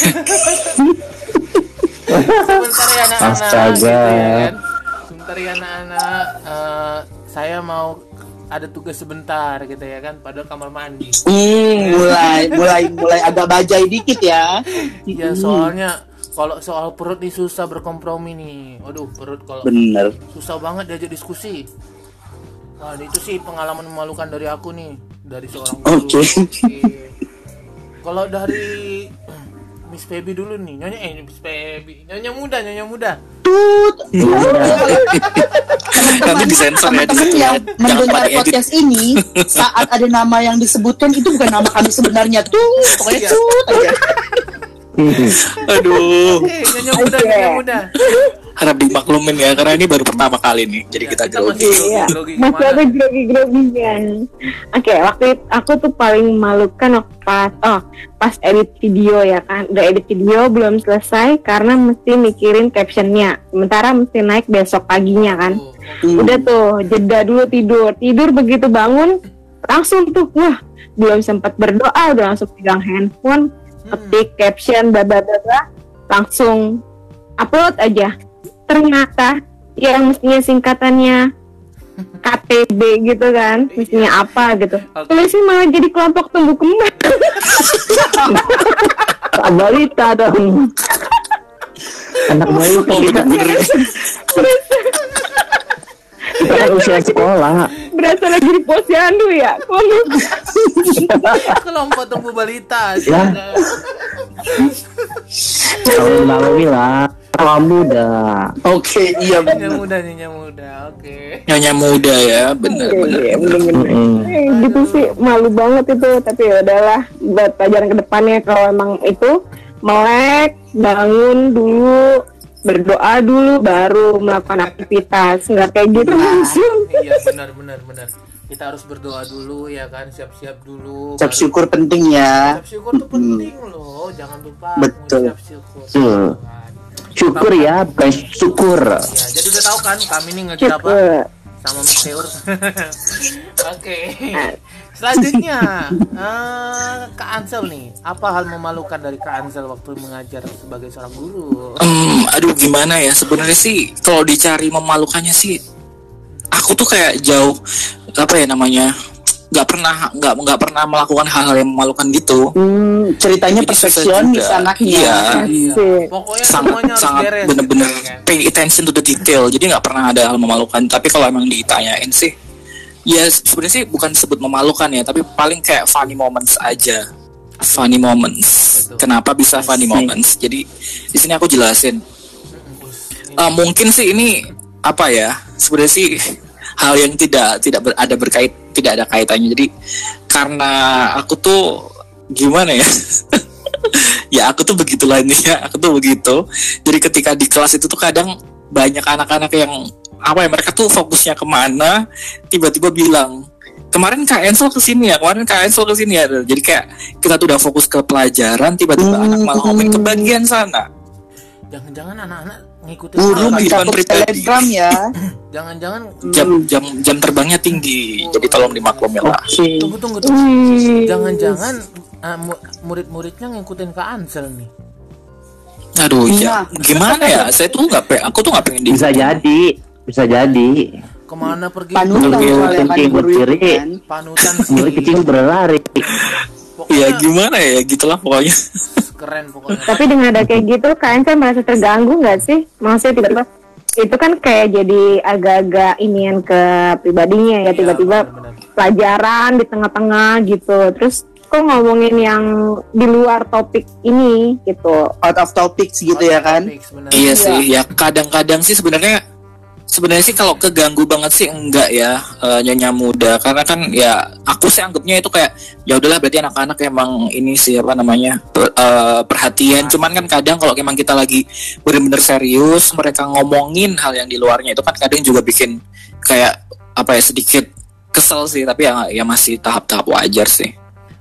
A: Sebentar ya anak-anak,
D: Astaga.
A: gitu ya kan. Sebentar ya anak-anak, eh, saya mau ada tugas sebentar gitu ya kan, padahal kamar mandi.
C: Hmm, mulai mulai mulai agak bajai dikit ya.
A: Ya soalnya kalau soal perut nih susah berkompromi nih. Aduh, perut kalau
C: Bener.
A: susah banget diajak diskusi. Wah, itu sih pengalaman memalukan dari aku nih, dari seorang guru.
C: Oke.
A: Oke. Kalau dari Miss Feby dulu nih, nyonya eh Miss Feby, nyonya muda, nyonya muda.
C: Tut.
B: Nanti disensor ya di
C: Teman-teman
B: situ ya.
C: yang
B: Jangan
C: mendengar
B: pada edit.
C: podcast ini, saat ada nama yang disebutkan itu bukan nama kami sebenarnya tuh, pokoknya tut aja.
B: Aduh,
A: Eh, nyonya muda,
E: Oke.
A: nyonya muda.
B: harap dimaklumin ya karena ini baru pertama kali nih. Jadi
A: Ya,
B: kita
A: kita
B: grogi.
A: masih
E: Iya,
A: grogi
E: masih
A: gimana?
E: ada grogi-groginya. Oke, waktu itu aku tuh paling memalukan waktu pas oh pas edit video ya kan, udah edit video belum selesai karena mesti mikirin captionnya, sementara mesti naik besok paginya kan.
A: Tuh,
C: Hmm.
E: Udah tuh jeda dulu tidur, tidur begitu bangun langsung tuh wah belum sempat berdoa udah langsung pegang handphone, ketik caption bla bla bla bla, langsung upload aja. Ternyata yang mestinya singkatannya K T B gitu kan, mestinya apa gitu.
A: Oke.
E: Tulisnya malah jadi kelompok tumbuh kembang.
D: balita dong. Anak balita kita, kita kan usia sekolah.
E: Berasa lagi di posyandu ya.
A: kelompok tumbuh balita.
D: Ya. Kalau malu lah, kalau muda.
C: Oke, iya
A: Nyonya
C: benar.
A: muda, nyonya muda. Oke.
B: Nyonya muda ya, bener bener.
E: Iya, bener-bener.
D: Mm-mm.
E: Eh, gitu sih malu banget itu, tapi ya udahlah buat pelajaran kedepannya kalau emang itu melek bangun dulu, berdoa dulu baru melakukan aktivitas, nggak kayak gitu langsung.
A: Iya, benar benar benar. Kita harus berdoa dulu ya kan, siap-siap dulu.
C: Siap
A: baru-
C: syukur penting ya.
A: Siap syukur tuh penting loh, jangan lupa
C: Betul.
A: siap syukur.
D: Betul.
A: Kan.
D: Syukur ya, bukan syukur.
A: Ya, jadi udah tahu kan kami nih ngejar apa
E: Syukur.
A: sama Mas Teur. Oke. Selanjutnya, eh, Kak Ansel nih, apa hal memalukan dari Kak Ansel waktu mengajar sebagai seorang guru?
B: Hmm, aduh gimana ya sebenarnya sih kalau dicari memalukannya sih aku tuh kayak jauh apa ya namanya nggak pernah nggak nggak pernah melakukan hal-hal yang memalukan gitu.
C: Hmm, ceritanya
B: Jadi susah
C: perfeksionis
B: juga.
C: anaknya.
B: Iya.
E: Asik.
A: Pokoknya
B: sangat
A: semuanya harus
B: sangat
A: beres.
B: bener-bener
A: gitu kan.
B: pay attention to the detail, jadi nggak pernah ada hal memalukan. Tapi kalau emang ditanyain sih ya sebenarnya sih bukan sebut memalukan ya, tapi paling kayak funny moments aja. Funny moments.
A: Betul.
B: Kenapa bisa funny
C: Asik.
B: moments? Jadi di sini aku jelasin.
A: Ini
B: Eh, mungkin sih ini apa ya, sebenarnya sih hal yang tidak tidak ber- ada berkait tidak ada kaitannya. Jadi karena aku tuh gimana ya ya aku tuh begitulah ini ya, aku tuh begitu. Jadi ketika di kelas itu tuh kadang banyak anak-anak yang apa ya, mereka tuh fokusnya kemana, tiba-tiba bilang kemarin Kak Ensel kesini ya, kemarin Kak Ensel kesini ya. Jadi kayak kita tuh udah fokus ke pelajaran, tiba-tiba
C: Hmm.
B: anak malah ngomongin ke bagian sana.
A: Jangan-jangan anak-anak ngikutin
C: Guru
A: sekolah.
B: kehidupan
C: mencakup
B: pribadi.
C: telegram ya.
A: Jangan-jangan
B: jam jam jam terbangnya tinggi, jadi tolong dimaklumi lah.
C: Oke.
A: tunggu tunggu tunggu.
E: Wih.
A: Jangan-jangan uh, mu- murid-muridnya ngikutin Kak Ansel nih.
B: Aduh
C: Iya.
B: ya gimana ya, saya tuh nggak pe aku tuh nggak pengen di
D: Bisa jadi, bisa jadi.
A: Kemana pergi?
C: Panutan
D: Oke,
C: soalnya kan
D: kencing
C: guru itu
D: berdiri.
C: kan.
A: Panutan
D: Murid
A: sih.
D: kecil berlari.
A: Pokoknya
B: ya gimana ya gitulah pokoknya.
A: keren pokoknya.
E: Tapi dengan ada kayak gitu, kalian saya merasa terganggu nggak sih? Maksudnya tiba-tiba itu kan kayak jadi agak-agak inian ke pribadinya ya,
A: Iya,
E: tiba-tiba
A: benar-benar.
E: pelajaran di tengah-tengah gitu. Terus kok ngomongin yang di luar topik ini gitu.
C: Out of topics gitu ya kan.
A: Topik sebenarnya.
B: Iya sih, ya kadang-kadang sih sebenarnya sebenarnya sih kalau keganggu banget sih enggak ya, eh, nyonya muda, karena kan ya aku sih anggapnya itu kayak ya udahlah berarti anak-anak emang ini sih apa namanya per- eh, perhatian. Cuman kan kadang kalau emang kita lagi benar-benar serius, mereka ngomongin hal yang di luarnya itu kan kadang juga bikin kayak apa ya sedikit kesel sih, tapi ya ya masih tahap-tahap wajar sih.
A: Oh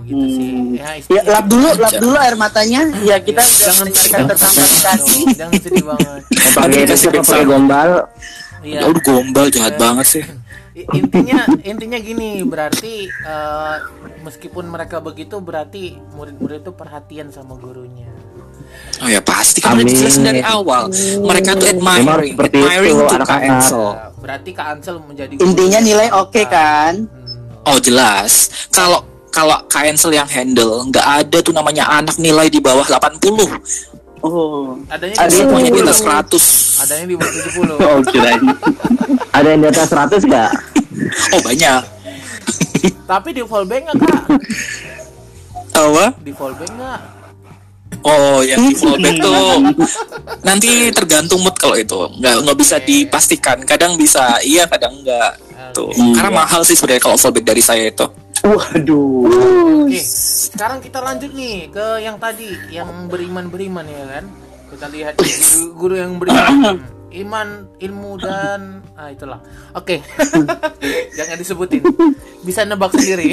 A: gitu sih.
C: Hmm.
A: Ya,
C: Ya,
A: istilahnya-
C: lap dulu, lap dulu air matanya. Ya kita
A: Ya,
C: udah
A: jangan
C: mendengarkan bersama dikasih.
A: dong, jangan sedih banget.
D: Pakai
B: Nanti
D: itu
B: dikasih
D: pakai
B: pizza.
D: gombal.
A: Iya.
B: Ya udah gombal jahat banget sih.
A: I- intinya intinya gini, berarti eh, meskipun mereka begitu, berarti murid-murid itu perhatian sama gurunya.
B: Oh ya pasti kan udah
D: Amin.
B: dijelasin dari awal. Mereka tuh
D: Memang
B: admiring,
D: seperti
B: admiring
D: itu,
B: tuh Kak
D: anak-anak.
B: Ansel.
A: Nah, berarti Kak Ansel menjadi
C: Intinya
A: guru
C: nilai
A: yang
C: oke
A: mantap.
C: kan?
A: Hmm.
B: Oh jelas. Kalau kalau Kak Ansel yang handle, nggak ada tuh namanya anak nilai di bawah delapan puluh.
C: Oh.
A: Adanya
C: Ada
A: di
C: yang
A: bawah
B: Semuanya di
A: tujuh
B: atas
A: puluh.
B: seratus.
A: Adanya di bawah tujuh puluh.
C: Oh, kirain.
D: Ada yang di atas seratus nggak?
B: Oh banyak.
A: Tapi di fallback nggak Kak?
B: Apa?
A: Di fallback nggak?
B: Oh yang di fallback tuh nanti tergantung mood kalau itu nggak nggak bisa dipastikan. Kadang bisa iya, kadang enggak. Tuh.
A: Oke.
B: Karena mahal sih sebenarnya kalau fallback dari saya itu.
C: Waduh.
A: Oke, sekarang kita lanjut nih ke yang tadi, yang beriman-beriman ya kan. Kita lihat nih, guru, guru yang beriman, iman, ilmu dan ah itulah. Oke, jangan disebutin, bisa nebak sendiri.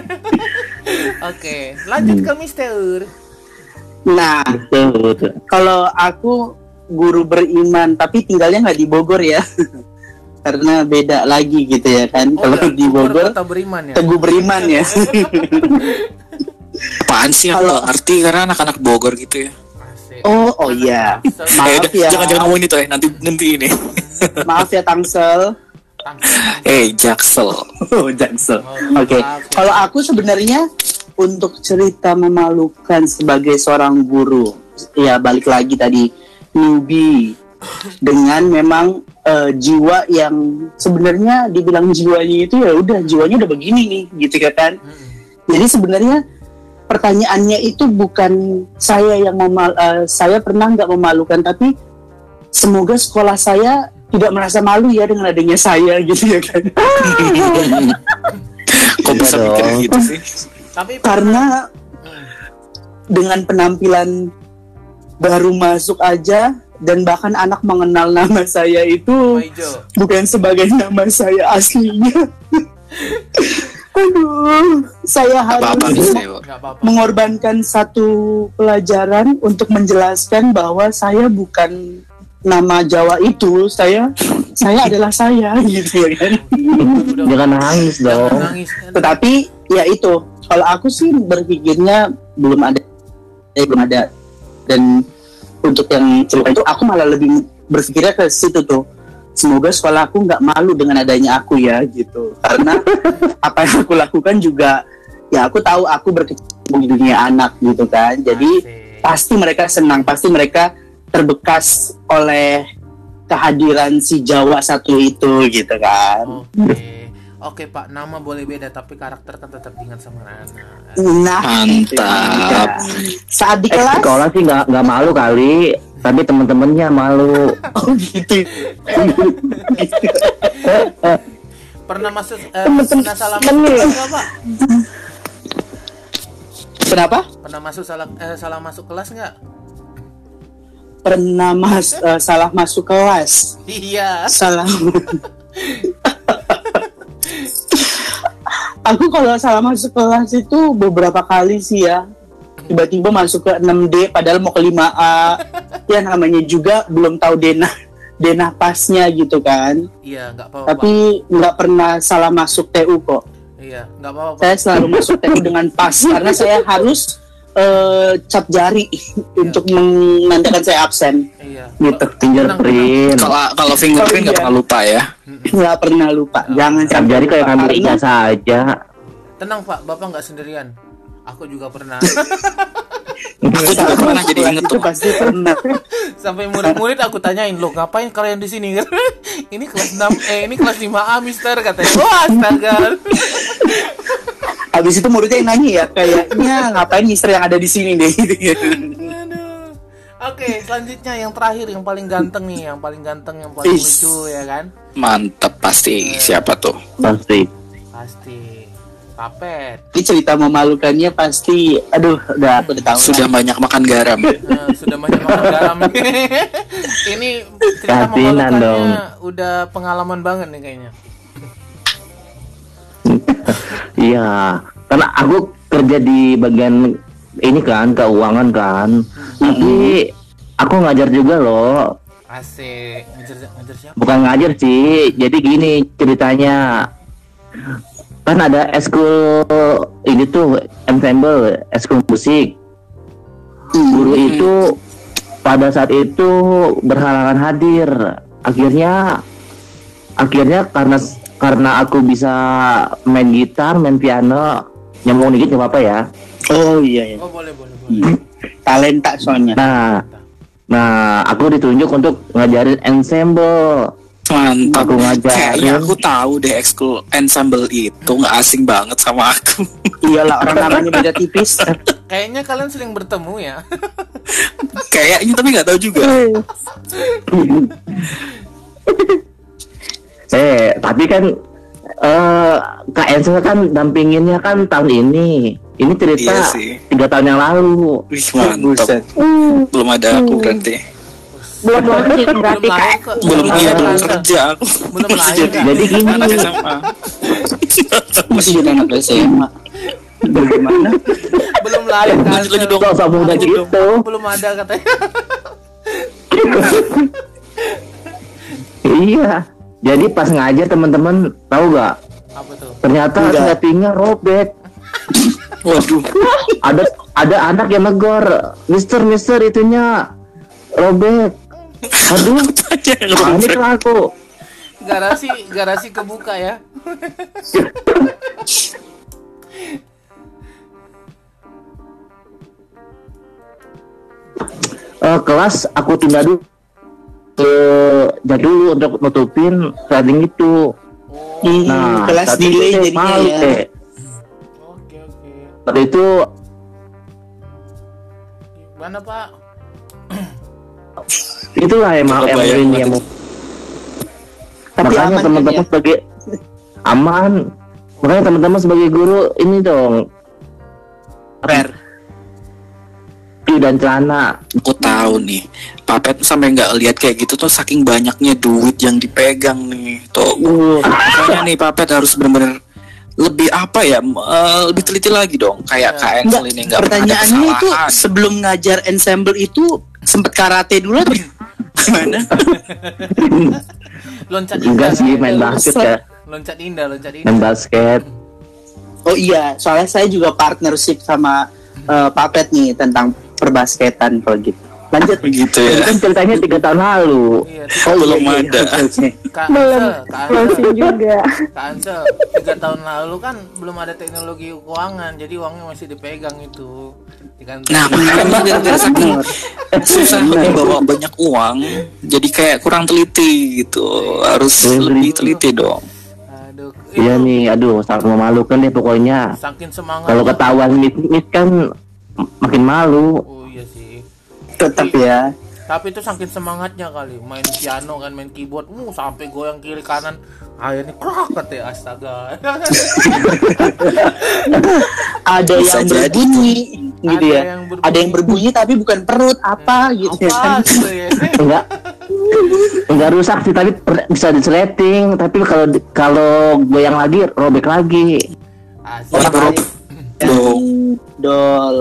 A: Oke, lanjut ke Mister.
C: Nah,
D: Betul, betul.
C: kalau aku guru beriman tapi tinggalnya nggak di Bogor ya. Karena beda lagi gitu ya kan.
A: Oh,
C: Kalau
A: ya,
C: di Bogor
A: kota beriman ya.
C: Teguh Beriman ya.
B: Apaan sih aku
C: Kalau-
B: nggak ngerti karena anak-anak Bogor gitu ya.
A: Asik.
C: Oh, oh iya.
B: Eh,
C: Maaf
B: udah,
C: ya.
B: jangan jangan ngomongin itu ya nanti nanti ini.
C: Maaf ya Tangsel.
A: Tangsel.
B: Eh Jaksel.
C: Oh, Jaksel.
A: Oh,
C: Oke.
A: maaf ya.
C: Kalau aku sebenarnya untuk cerita memalukan sebagai seorang guru, ya balik lagi tadi newbie dengan memang eh, jiwa yang sebenarnya dibilang jiwanya itu ya udah jiwanya udah begini nih gitu kan.
A: Mm-mm.
C: Jadi sebenarnya pertanyaannya itu bukan saya yang memal eh, saya pernah nggak memalukan, tapi semoga sekolah saya tidak merasa malu ya dengan adanya saya gitu ya kan.
B: Kok bisa
D: Iya
B: mikir
D: dong.
B: gitu sih?
A: Tapi
C: Karena
A: Hmm.
C: dengan penampilan baru masuk aja dan bahkan anak mengenal nama saya itu
A: Maijo.
C: bukan sebagai nama saya aslinya. Aduh, saya
B: Apa-apa
C: harus
B: bisa ya, Bu.
A: Nggak apa-apa.
C: mengorbankan satu pelajaran untuk menjelaskan bahwa saya bukan nama Jawa itu, saya saya adalah saya gitu ya kan.
A: Udah,
D: Jangan nangis
A: jangan
D: dong.
A: nangis.
C: Tetapi ya itu, kalau aku sih berpikirnya belum ada, eh, belum ada. Dan untuk yang cerita itu aku malah lebih berpikirnya ke situ tuh. Semoga sekolahku nggak malu dengan adanya aku ya gitu. Karena apa yang aku lakukan juga ya aku tahu aku berkecimpung di dunia anak gitu kan. Jadi
A: Asik.
C: pasti mereka senang, pasti mereka terbekas oleh kehadiran si Jawa satu itu gitu kan.
A: Oke. Oke Pak, nama boleh beda tapi karakter kan tetap diingat sama anak.
C: Nah,
B: Mantap.
C: saat di
D: Eh,
C: kelas
D: sekolah sih nggak nggak malu kali, tapi temen-temennya malu.
C: oh gitu.
A: Pernah masuk eh,
E: Temen-temen-
A: pernah salah
E: temen
A: masuk
E: ya?
A: kelas nggak, Pak?
C: Kenapa?
A: Pernah masuk salah eh, salah masuk kelas nggak?
C: Pernah mas eh, salah masuk kelas.
A: Iya.
C: Salah. Aku kalau salah masuk kelas itu beberapa kali sih ya. Tiba-tiba masuk ke enam D padahal mau ke lima A. Ya namanya juga belum tahu denah denah pasnya gitu kan.
A: Iya, nggak apa-apa.
C: Tapi nggak pernah salah masuk T U kok.
A: Iya, nggak apa-apa. Pak.
C: Saya selalu masuk T U dengan pas karena saya harus eh, cap jari untuk menandakan saya absen
A: Iya.
C: gitu.
D: Fingerprint.
B: Kalau kalau fingerprint nggak
C: Oh, iya.
B: pernah lupa ya.
C: Nggak pernah lupa. Jangan
D: Cap
C: sampai
D: jari kayak
C: lupa.
D: ngambil
C: Karena-
D: ijazah aja.
A: Tenang Pak, Bapak nggak sendirian. Aku juga pernah.
B: Aku juga pernah jadi inget
C: itu
B: tuh.
C: pasti pernah.
A: Sampai murid-murid aku tanyain, "Loh, ngapain kalian di sini?" Ini kelas enam, eh ini kelas lima A, Mister, katanya. Wah, astaga.
C: Habis itu muridnya yang nanya ya, kayaknya ngapain mister yang ada di sini deh gitu ya.
A: Aduh. Oke, selanjutnya yang terakhir, yang paling ganteng nih, yang paling ganteng, yang paling
C: Is.
A: lucu ya kan?
B: Mantap pasti. Siapa tuh?
D: Pasti.
A: Pasti Papet.
C: Ini cerita memalukannya pasti, aduh, udah aku udah tahu.
B: Sudah banyak makan garam.
A: Eh, sudah banyak makan garam. Ini cerita
D: Kasinan
A: memalukannya
D: dong.
A: udah pengalaman banget nih kayaknya.
D: Iya, karena aku kerja di bagian ini kan keuangan kan, tapi aku ngajar juga loh.
A: Asik. Ngajar ngajar siapa?
D: Bukan ngajar sih, jadi gini ceritanya. Kan ada eskul ini tuh ensemble, eskul musik. Guru itu pada saat itu berhalangan hadir. Akhirnya akhirnya karena karena aku bisa main gitar, main piano, nyambung dikit nggak apa-apa ya.
C: Oh iya, iya.
A: Oh boleh boleh boleh.
C: Hmm. Talenta soalnya.
D: Nah, nah aku ditunjuk untuk ngajarin ensemble.
B: Mantap.
D: Aku ngajarin.
B: Kayaknya aku tahu deh ekskul ensemble itu nggak asing banget sama aku.
C: Iyalah, orang namanya beda tipis.
A: Kayaknya kalian sering bertemu ya.
B: Kayaknya tapi nggak tahu juga.
D: eh, tapi kan eh Kak Ensel kan dampinginnya kan tahun ini. Ini cerita
B: Iya sih.
D: tiga tahun yang lalu.
B: Wih mantap. Belum ada aku berarti.
E: Belum lahir
A: Belum
E: berarti Kak.
A: lahir kok.
B: Belum
A: lahir,
B: iya belum
A: Tante.
B: kerja aku.
A: Belum lahir,
B: Jadi
A: Kak.
D: Jadi gini,
B: anak S M A.
C: Masih jadi anak S M A. Bagaimana?
A: Belum lahir kan.
B: Lanjut lanjut dong.
D: gak usah muda
B: Lanjut dong.
D: gitu.
A: Belum ada katanya.
D: Iya. Jadi pas ngajar teman-teman tahu gak?
A: Apa tuh?
D: Ternyata
C: Enggak.
D: settingnya robek.
B: Waduh.
D: Ada ada anak yang negor, Mister Mister itunya robek. Aduh,
B: Aja yang
D: panik
B: robek.
D: lah aku.
A: Garasi garasi kebuka ya.
D: Eh, kelas aku tunda dulu ke jadi dulu untuk nutupin sliding itu.
A: Oh,
C: Hmm, kelas
D: saat itu
C: delay
D: saya
C: jadinya
D: malu,
C: ya.
D: Teh.
A: oke oke.
D: Saat itu
A: Gimana Pak?
D: itulah emang
B: Coba
D: yang
B: bayang
D: ini
B: banget.
D: yang
C: Tapi
D: makanya
C: aman kan
D: teman-teman
C: ya?
D: sebagai aman, makanya teman-teman sebagai guru ini dong
C: Fair.
D: topi dan celana.
B: Aku tahu nih, Papet sampai nggak lihat kayak gitu tuh saking banyaknya duit yang dipegang nih. Tuh, uh, makanya nih Papet harus benar-benar lebih apa ya, m- eh, lebih teliti lagi dong. Kayak
A: Ya.
B: Kak
C: Enggak,
B: Ensel ini nggak pernah ada
C: pertanyaannya itu
B: kesalahan.
C: sebelum ngajar ensemble itu sempet karate dulu atau gimana?
A: Loncat indah.
D: Enggak sih,
A: kan?
D: main basket ya,
A: Loncat indah, loncat indah.
D: main basket.
C: Oh iya, soalnya saya juga partnership sama eh, Papet nih tentang perbasketan kalau gitu. Lanjut.
B: Begitu
D: Itu
B: ya.
D: kan ceritanya tiga tahun lalu.
A: Iya,
C: Oh,
B: belum
C: iya, iya,
B: ada.
C: oke, oke.
A: Kak
E: Belum
A: Ansel, Kak Ansel,
E: closing juga.
A: Kak Ansel, tiga tahun lalu kan belum ada teknologi keuangan, jadi uangnya masih dipegang itu. Di kantor.
B: Nah, makanya gara-gara saking susah bawa banyak uang, jadi kayak kurang teliti gitu. Harus
D: Iya,
B: lebih
D: iya.
B: teliti dong.
A: Aduh,
D: Iya
A: itu
D: nih, aduh sangat memalukan deh pokoknya.
A: saking semangat.
D: Kalau ketahuan mit-mit kan makin malu.
A: Oh iya sih.
C: Tetap ya.
A: Tapi itu saking semangatnya kali, main piano kan, main keyboard, uh sampai goyang kiri kanan, akhirnya krak katanya astaga.
C: Ada
B: Bisa
C: yang
B: jadi.
C: berbunyi gitu
A: Ada
C: ya.
A: yang berbunyi.
C: Ada yang berbunyi tapi bukan perut apa gitu ya
A: Apa
C: kan.
A: gitu ya?
D: Enggak, enggak rusak sih, tapi per- bisa disleting. Tapi kalau di- kalau goyang lagi, robek lagi.
A: Asik.
C: Orang
B: Dong. Dong.
C: Dol.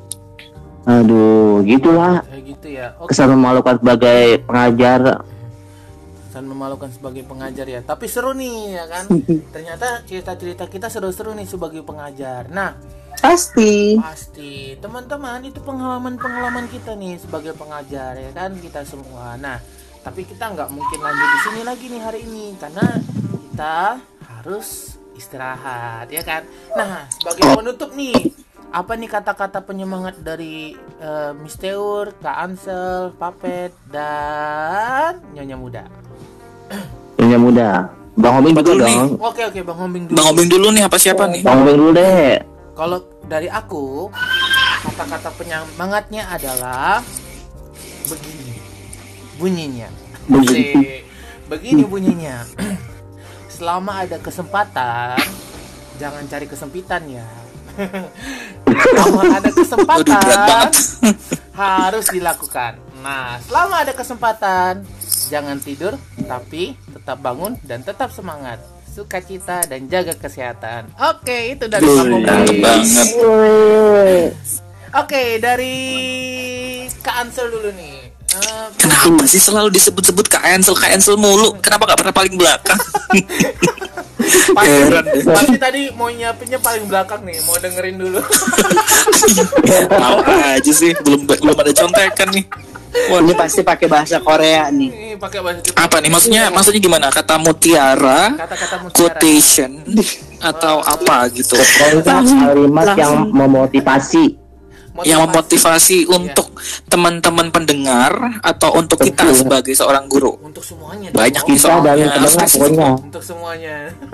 D: Aduh, gitulah
A: Kayak gitu ya. Oke.
D: kesan memalukan sebagai pengajar.
A: Kesan memalukan sebagai pengajar ya. Tapi seru nih ya kan. Ternyata cerita-cerita kita seru-seru nih sebagai pengajar. Nah,
C: Pasti.
A: pasti teman-teman itu pengalaman-pengalaman kita nih sebagai pengajar ya kan kita semua. Nah, tapi kita nggak mungkin lanjut di sini lagi nih hari ini karena kita harus istirahat ya kan. Nah, sebagai penutup nih, apa nih kata-kata penyemangat dari eh, Miss Teur, Kak Ansel, Papet dan Nyonya Muda?
D: Nyonya Muda, Bang Obing juga
B: Betul nih.
D: dong.
A: Oke oke Bang Hombing dulu.
B: Bang Obeng dulu nih apa siapa nih?
D: Bang Obing dulu deh.
A: Kalau dari aku, kata-kata penyemangatnya adalah begini bunyinya. Asik. Begini bunyinya. Selama ada kesempatan, jangan cari kesempitan ya. Selama ada
B: Waduh, berat
A: kesempatan,
B: banget.
A: harus dilakukan. Nah, selama ada kesempatan, jangan tidur, tapi tetap bangun dan tetap semangat. sukacita, dan jaga kesehatan. Oke, itu dari
B: Benar
A: Bang Obi.
B: banget.
E: Wih.
A: Oke, dari Kak Ansel dulu nih. Eh,
B: Kenapa sih selalu disebut-sebut Kak Ansel, Kak Ansel mulu? Kenapa gak pernah paling belakang?
A: pasti,
B: Heran deh.
A: pasti tadi mau nyiapinnya paling belakang nih, mau dengerin dulu.
B: Tahu aja sih, belum belum ada contekan nih.
C: Wah, ini pasti pakai bahasa Korea nih.
A: Ini pakai bahasa Jepang.
B: Apa nih maksudnya? Maksudnya gimana? Kata mutiara,
A: Kata-kata mutiara.
B: quotation, atau apa gitu?
D: Pokoknya kalimat yang memotivasi.
B: Yang memotivasi untuk teman-teman pendengar atau untuk kita
D: Betul.
B: sebagai seorang guru.
A: Untuk semuanya.
B: Banyak
A: dong.
B: nih
D: Kita dan
B: soalnya.
D: teman pokoknya.
A: Untuk semuanya.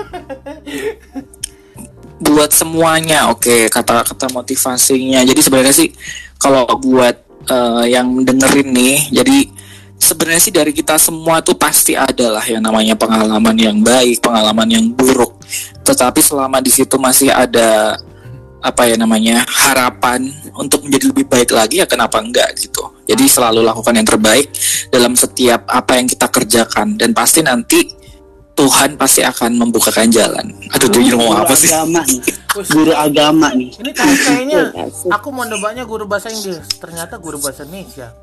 B: Buat semuanya, oke, kata-kata motivasinya. Jadi sebenarnya sih kalau buat eh, yang dengerin nih, jadi sebenarnya sih dari kita semua tuh pasti ada lah yang namanya pengalaman yang baik, pengalaman yang buruk. Tetapi selama di situ masih ada apa ya namanya harapan untuk menjadi lebih baik lagi, ya kenapa enggak gitu. Jadi selalu lakukan yang terbaik dalam setiap apa yang kita kerjakan, dan pasti nanti Tuhan pasti akan membukakan jalan. Aduh, tuh ngomong apa sih?
C: Agama nih.
A: Wih,
C: Guru agama nih.
A: Ini kayak- kayaknya
E: Asik.
A: aku mau nebaknya guru bahasa Inggris, ternyata guru bahasa Indonesia.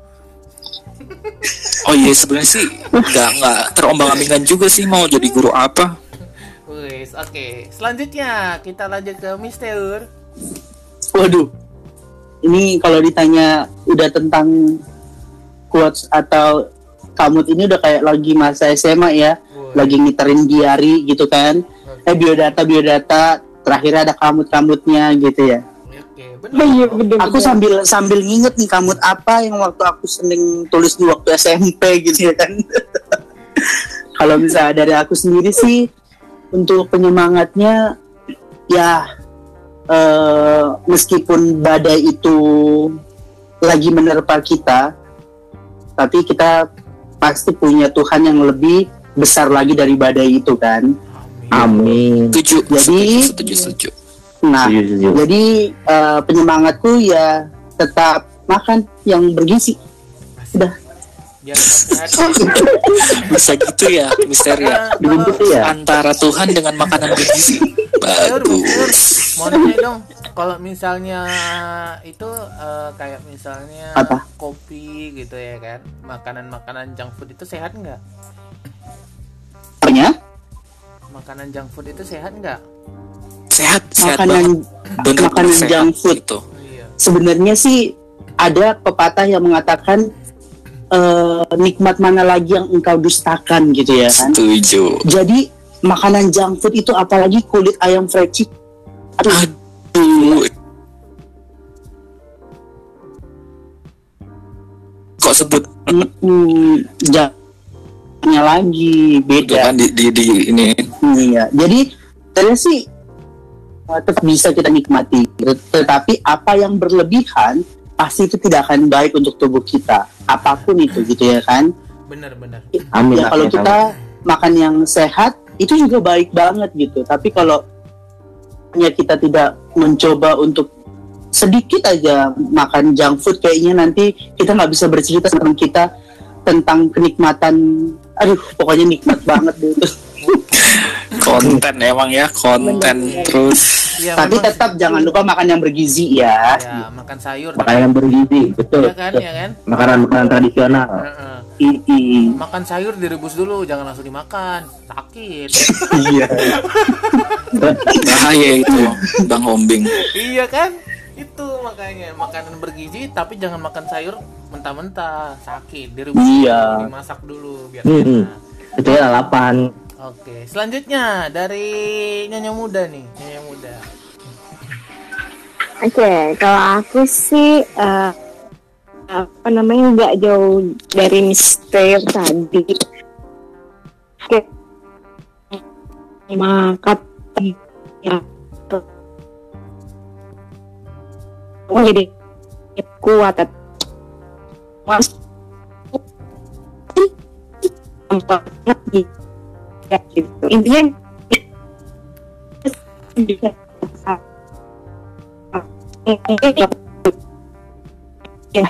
B: Oh iya, sebenarnya sih nggak nggak terombang-ambingan juga sih mau jadi guru apa.
A: Wis, oke. Selanjutnya kita lanjut ke Mister.
C: Waduh. Ini kalau ditanya udah tentang quotes atau kamut ini udah kayak lagi masa S M A ya.
A: Woi.
C: Lagi ngiterin diary gitu kan. Eh biodata biodata terakhir ada kamut-kamutnya gitu ya.
A: Oke,
E: Oh,
A: benar.
E: iya, bener,
C: Aku
E: bener.
C: sambil sambil nginget nih kamut apa yang waktu aku sering tulis di waktu S M P gitu ya kan. Kalau misalnya dari aku sendiri sih untuk penyemangatnya ya eh, meskipun badai itu lagi menerpa kita, tapi kita pasti punya Tuhan yang lebih besar lagi dari badai itu kan.
D: Amin.
B: Setuju,
C: Jadi-
B: setuju, setuju, setuju.
C: Nah,
D: Setuju, setuju.
C: jadi eh, penyemangatku ya tetap makan yang bergizi. Udah.
A: Biar tetap sehat.
B: Bisa gitu ya, misteri ya.
D: Begitu ya.
B: Antara Tuhan dengan makanan bergizi.
A: Mister, Mister,
B: Bagus.
A: mau nanya dong, kalau misalnya itu eh, kayak misalnya
C: Apa?
A: kopi gitu ya kan, makanan-makanan junk food itu sehat nggak?
C: Apanya?
A: Makanan junk food itu sehat nggak?
B: Sehat, sehat
C: Makanan
B: banget. Bener-bener
C: makanan
B: sehat
C: junk food.
B: gitu.
A: Iya.
C: Sebenarnya sih ada pepatah yang mengatakan eh, nikmat mana lagi yang engkau dustakan gitu ya kan.
B: Setuju.
C: Jadi makanan junk food itu apalagi kulit ayam freci. Aduh,
B: Aduh. Kok sebut
C: mm, jangnya lagi
B: itu
C: beda.
B: kan di, di, di ini.
C: Iya. Jadi sebenarnya sih eh, tetap bisa kita nikmati. Tetapi apa yang berlebihan pasti itu tidak akan baik untuk tubuh kita. Apapun itu gitu ya kan.
A: Benar-benar.
D: Amin.
C: Ya kalau
D: amin,
C: kita makan yang sehat itu juga baik banget gitu. Tapi kalau hanya kita tidak mencoba untuk sedikit aja makan junk food, kayaknya nanti kita nggak bisa bercerita tentang kita tentang kenikmatan. Aduh, pokoknya nikmat banget deh itu.
B: Konten emang ya, konten terus.
A: Ya,
C: Tapi
A: memang
C: tetap
A: sih.
C: jangan lupa makan yang bergizi ya.
A: Ya, makan sayur.
D: Makanan yang bergizi, betul.
A: Iya kan, ya kan?
D: Makanan-makanan tradisional.
A: Heeh.
C: I-
A: Makan sayur direbus dulu, jangan langsung dimakan. Sakit.
C: Iya.
B: Bahaya itu, Bang Hombing.
A: Iya kan? Itu makanya makanan bergizi tapi jangan makan sayur mentah-mentah, sakit. Direbus
C: Iya.
A: dulu, dimasak dulu biar
D: Hmm.
A: enak.
D: Itu ya lalapan.
A: Oke, selanjutnya dari Nyonya Muda nih, Nyonya Muda.
E: Oke, kalau aku sih eh, apa namanya nggak jauh dari Mister tadi. Oke, makan ya oh, jadi kuat mas ya gitu intinya bisa ya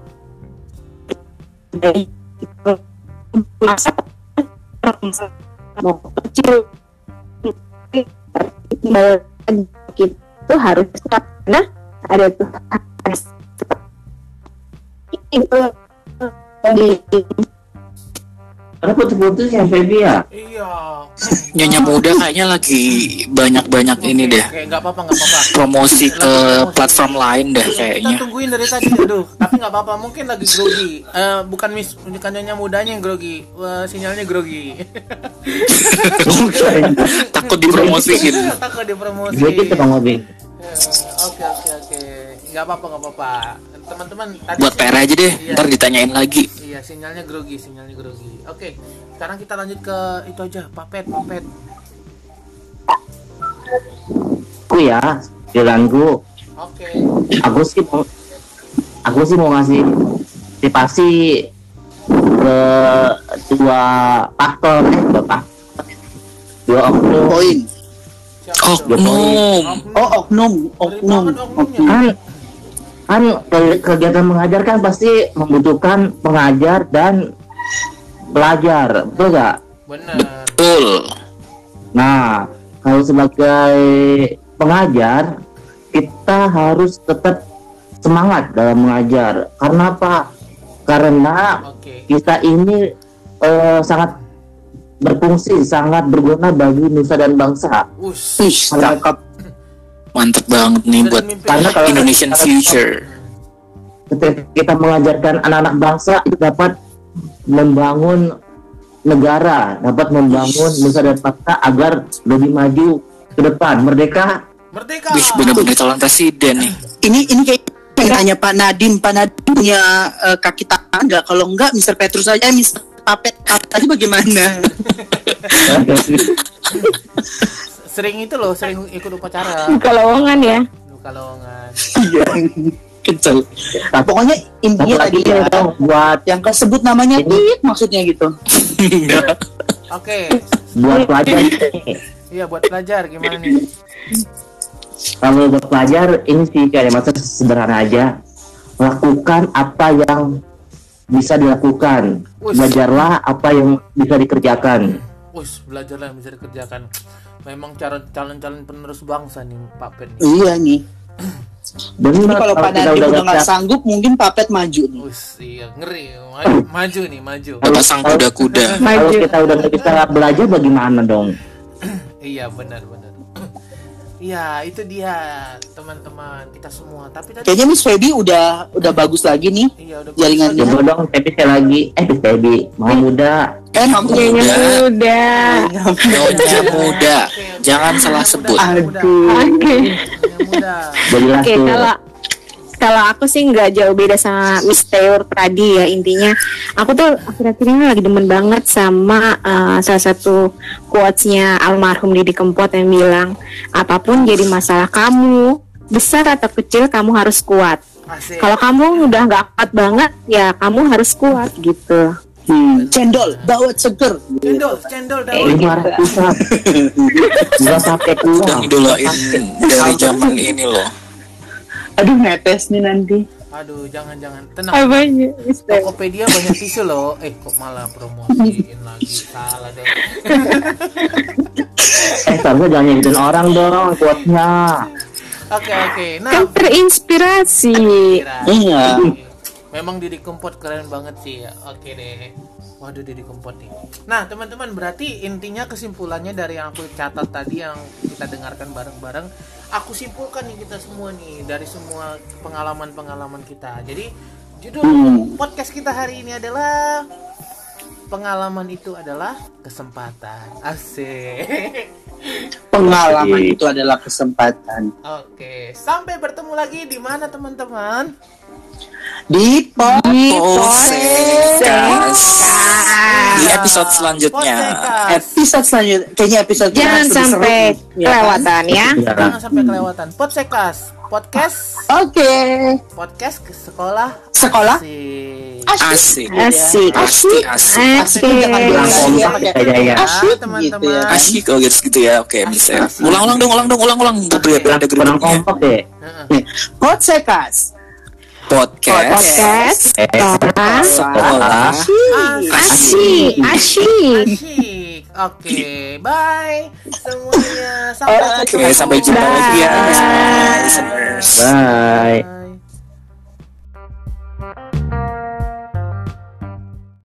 E: dari masa mau kecil itu harus kuat karena ada tuh itu di
D: Karena putus-putus ya Feby ya.
A: Iya.
B: Nyonya muda kayaknya lagi banyak-banyak ini deh.
A: Oke, nggak apa-apa, nggak apa-apa.
B: Promosi ke platform lain deh
A: Kita
B: kayaknya.
A: tungguin dari tadi, aduh. Tapi nggak apa-apa, mungkin lagi grogi. Eh, bukan mis, bukan nyonya mudanya yang grogi. Wah, sinyalnya grogi.
B: Takut dipromosiin.
A: Takut dipromosi.
D: Gue kita Bang Obing.
A: Ya, Oke, oke, oke. Nggak apa-apa, nggak apa-apa. Teman-teman, tadi
B: Buat P R aja deh,
A: Iya.
B: ntar ditanyain lagi.
A: Iya, sinyalnya grogi, sinyalnya grogi. Oke, sekarang kita lanjut ke itu aja, Papet, Papet.
D: Aku ya, jalanku.
A: Oke.
D: Aku sih mau, aku sih mau ngasih motivasi ke dua faktor, eh, dua faktor, dua oknum.
C: Poin.
A: Siapa
B: Oh,
A: tuh?
B: oknum.
C: Oh, oknum,
A: Ngeri
C: oknum.
A: banget oknumnya.
D: Kan, kan ke- kegiatan mengajar kan pasti membutuhkan pengajar dan pelajar, betul gak?
A: Bener.
B: Betul.
D: Nah, kalau sebagai pengajar, kita harus tetap semangat dalam mengajar. Karena apa? Karena
A: Oke.
D: kita ini eh, sangat berfungsi, sangat berguna bagi nusa dan bangsa.
A: Us.
C: Ih, cakep.
B: Mantep banget nih buat
D: Karena kalau
B: Indonesian future.
D: ketika kita mengajarkan anak-anak bangsa, itu dapat membangun negara, dapat membangun nusa dan bangsa agar lebih maju ke depan. Merdeka.
A: Merdeka.
B: Wih, bener-bener calon presiden nih.
C: Ini ini kayak pengen tanya Pak Nadim. Pak Nadim punya eh, kaki tangan nggak? Kalau enggak, mister Petrus aja, mister Papet tadi bagaimana?
A: Sering itu loh, sering ikut upacara.
E: buka lowongan ya.
A: Luka lowongan.
C: Iya, kecil.
D: Tapi-
C: Pokoknya
D: Satu
C: intinya
D: lagi
C: tadi ya,
D: dong buat
C: yang kesebut namanya Tit, maksudnya gitu.
A: Oke.
D: buat pelajar nih.
A: Iya, buat pelajar gimana nih?
D: Kalau buat pelajar ini sih kayak masa sederhana aja, lakukan apa yang bisa dilakukan,
A: Wih.
D: belajarlah apa yang bisa dikerjakan.
A: Wus, belajarlah yang bisa dikerjakan. Memang cara calon-calon penerus bangsa nih, Pak Pen. nih.
C: Iya nih.
D: Benar,
C: Ini kalau Pak
D: kita
C: Nadim udah
D: nggak
C: nggak
D: siap-
C: sanggup, mungkin Papet maju nih.
A: Wus, iya ngeri. Maju, maju nih, maju.
B: Bapak sang kuda-kuda.
D: kalau
E: Maju.
D: kita udah nggak bisa belajar bagaimana dong?
A: Iya, benar, benar. Iya, itu dia teman-teman kita semua. Tapi tadi
C: Kayaknya Miss Feby udah udah bagus lagi nih.
A: iya udah
C: jaringannya.
A: bagus
D: Coba dong, tapi sekali lagi, eh Baby, mau muda.
C: Eh,
E: Nyonya muda.
B: Nyonya muda. Jangan salah sebut.
A: Muda.
E: Oke.
A: Yang muda.
D: Jelas
E: Oke,
D: tuh.
E: kalau kalau aku sih nggak jauh beda sama Miss Teur tadi ya. Intinya aku tuh akhir-akhir ini lagi demen banget sama uh, salah satu quotes-nya almarhum Didi Kempot yang bilang, apapun jadi masalah kamu, besar atau kecil kamu harus kuat.
A: Asik.
E: Kalau kamu udah nggak kuat banget, ya kamu harus kuat gitu.
C: Hmm, cendol, dawet seger.
A: Cendol, cendol
E: Eh,
A: daun.
D: Lima ratusan. Gak pakai
B: Udah
D: uang.
B: ngidolain dari zaman ini loh.
C: Aduh, netes nih nanti.
A: Aduh, jangan-jangan. Tenang.
E: Apanya, Miss Teur?
A: Tokopedia banyak tisu loh. Eh, kok malah promosiin lagi. Salah deh.
D: Eh, seharusnya jangan nyakitin orang dong, quotes-nya.
A: Oke, oke. Nah,
E: Kan terinspirasi.
A: kira.
C: Iya.
A: Memang Didi Kempot keren banget sih ya. Oke deh. Waduh, Didi Kempot nih. Nah, teman-teman, berarti intinya kesimpulannya dari yang aku catat tadi yang kita dengarkan bareng-bareng, aku simpulkan nih kita semua nih dari semua pengalaman-pengalaman kita. Jadi, judul
C: Hmm.
A: podcast kita hari ini adalah pengalaman itu adalah kesempatan. Asik.
C: Pengalaman
D: Oke.
C: itu adalah kesempatan.
A: Oke, sampai bertemu lagi di mana teman-teman?
C: Di pot.
B: Posekas. Di episode selanjutnya.
A: Posekas.
C: Episode selanjutnya, kayaknya episode
E: Jangan
C: seru-seru,
E: sampai
C: ya kan?
E: kelewatan ya.
A: Jangan sampai kelewatan. Podsekas, podcast,
C: Oke.
A: podcast ke sekolah.
C: Sekolah.
A: Asik.
B: Asik.
E: Asik.
B: Pasti asik.
C: Asik jangan
E: Asik.
C: bilang
D: Langsung
C: ya,
D: pakai
C: pakai
D: aja ya.
C: asyik
A: teman-teman.
C: gitu ya.
B: Asik oh gitu, gitu ya. Oke, bisa.
A: Asik.
B: Ulang-ulang dong, ulang dong, ulang-ulang. Biar biar ada
D: Kurang
B: geruduknya.
D: kompak deh.
A: Heeh.
C: Podsekas.
B: Podcast.
E: Podcast.
D: Eh,
E: Sekolah.
B: Sekolah.
A: Asik.
E: Asik. Asik.
A: Asik. Oke, bye semuanya. Sampai
B: Oke,
A: ketemu.
B: sampai jumpa lagi ya.
E: Bye.
B: listeners.
D: Bye.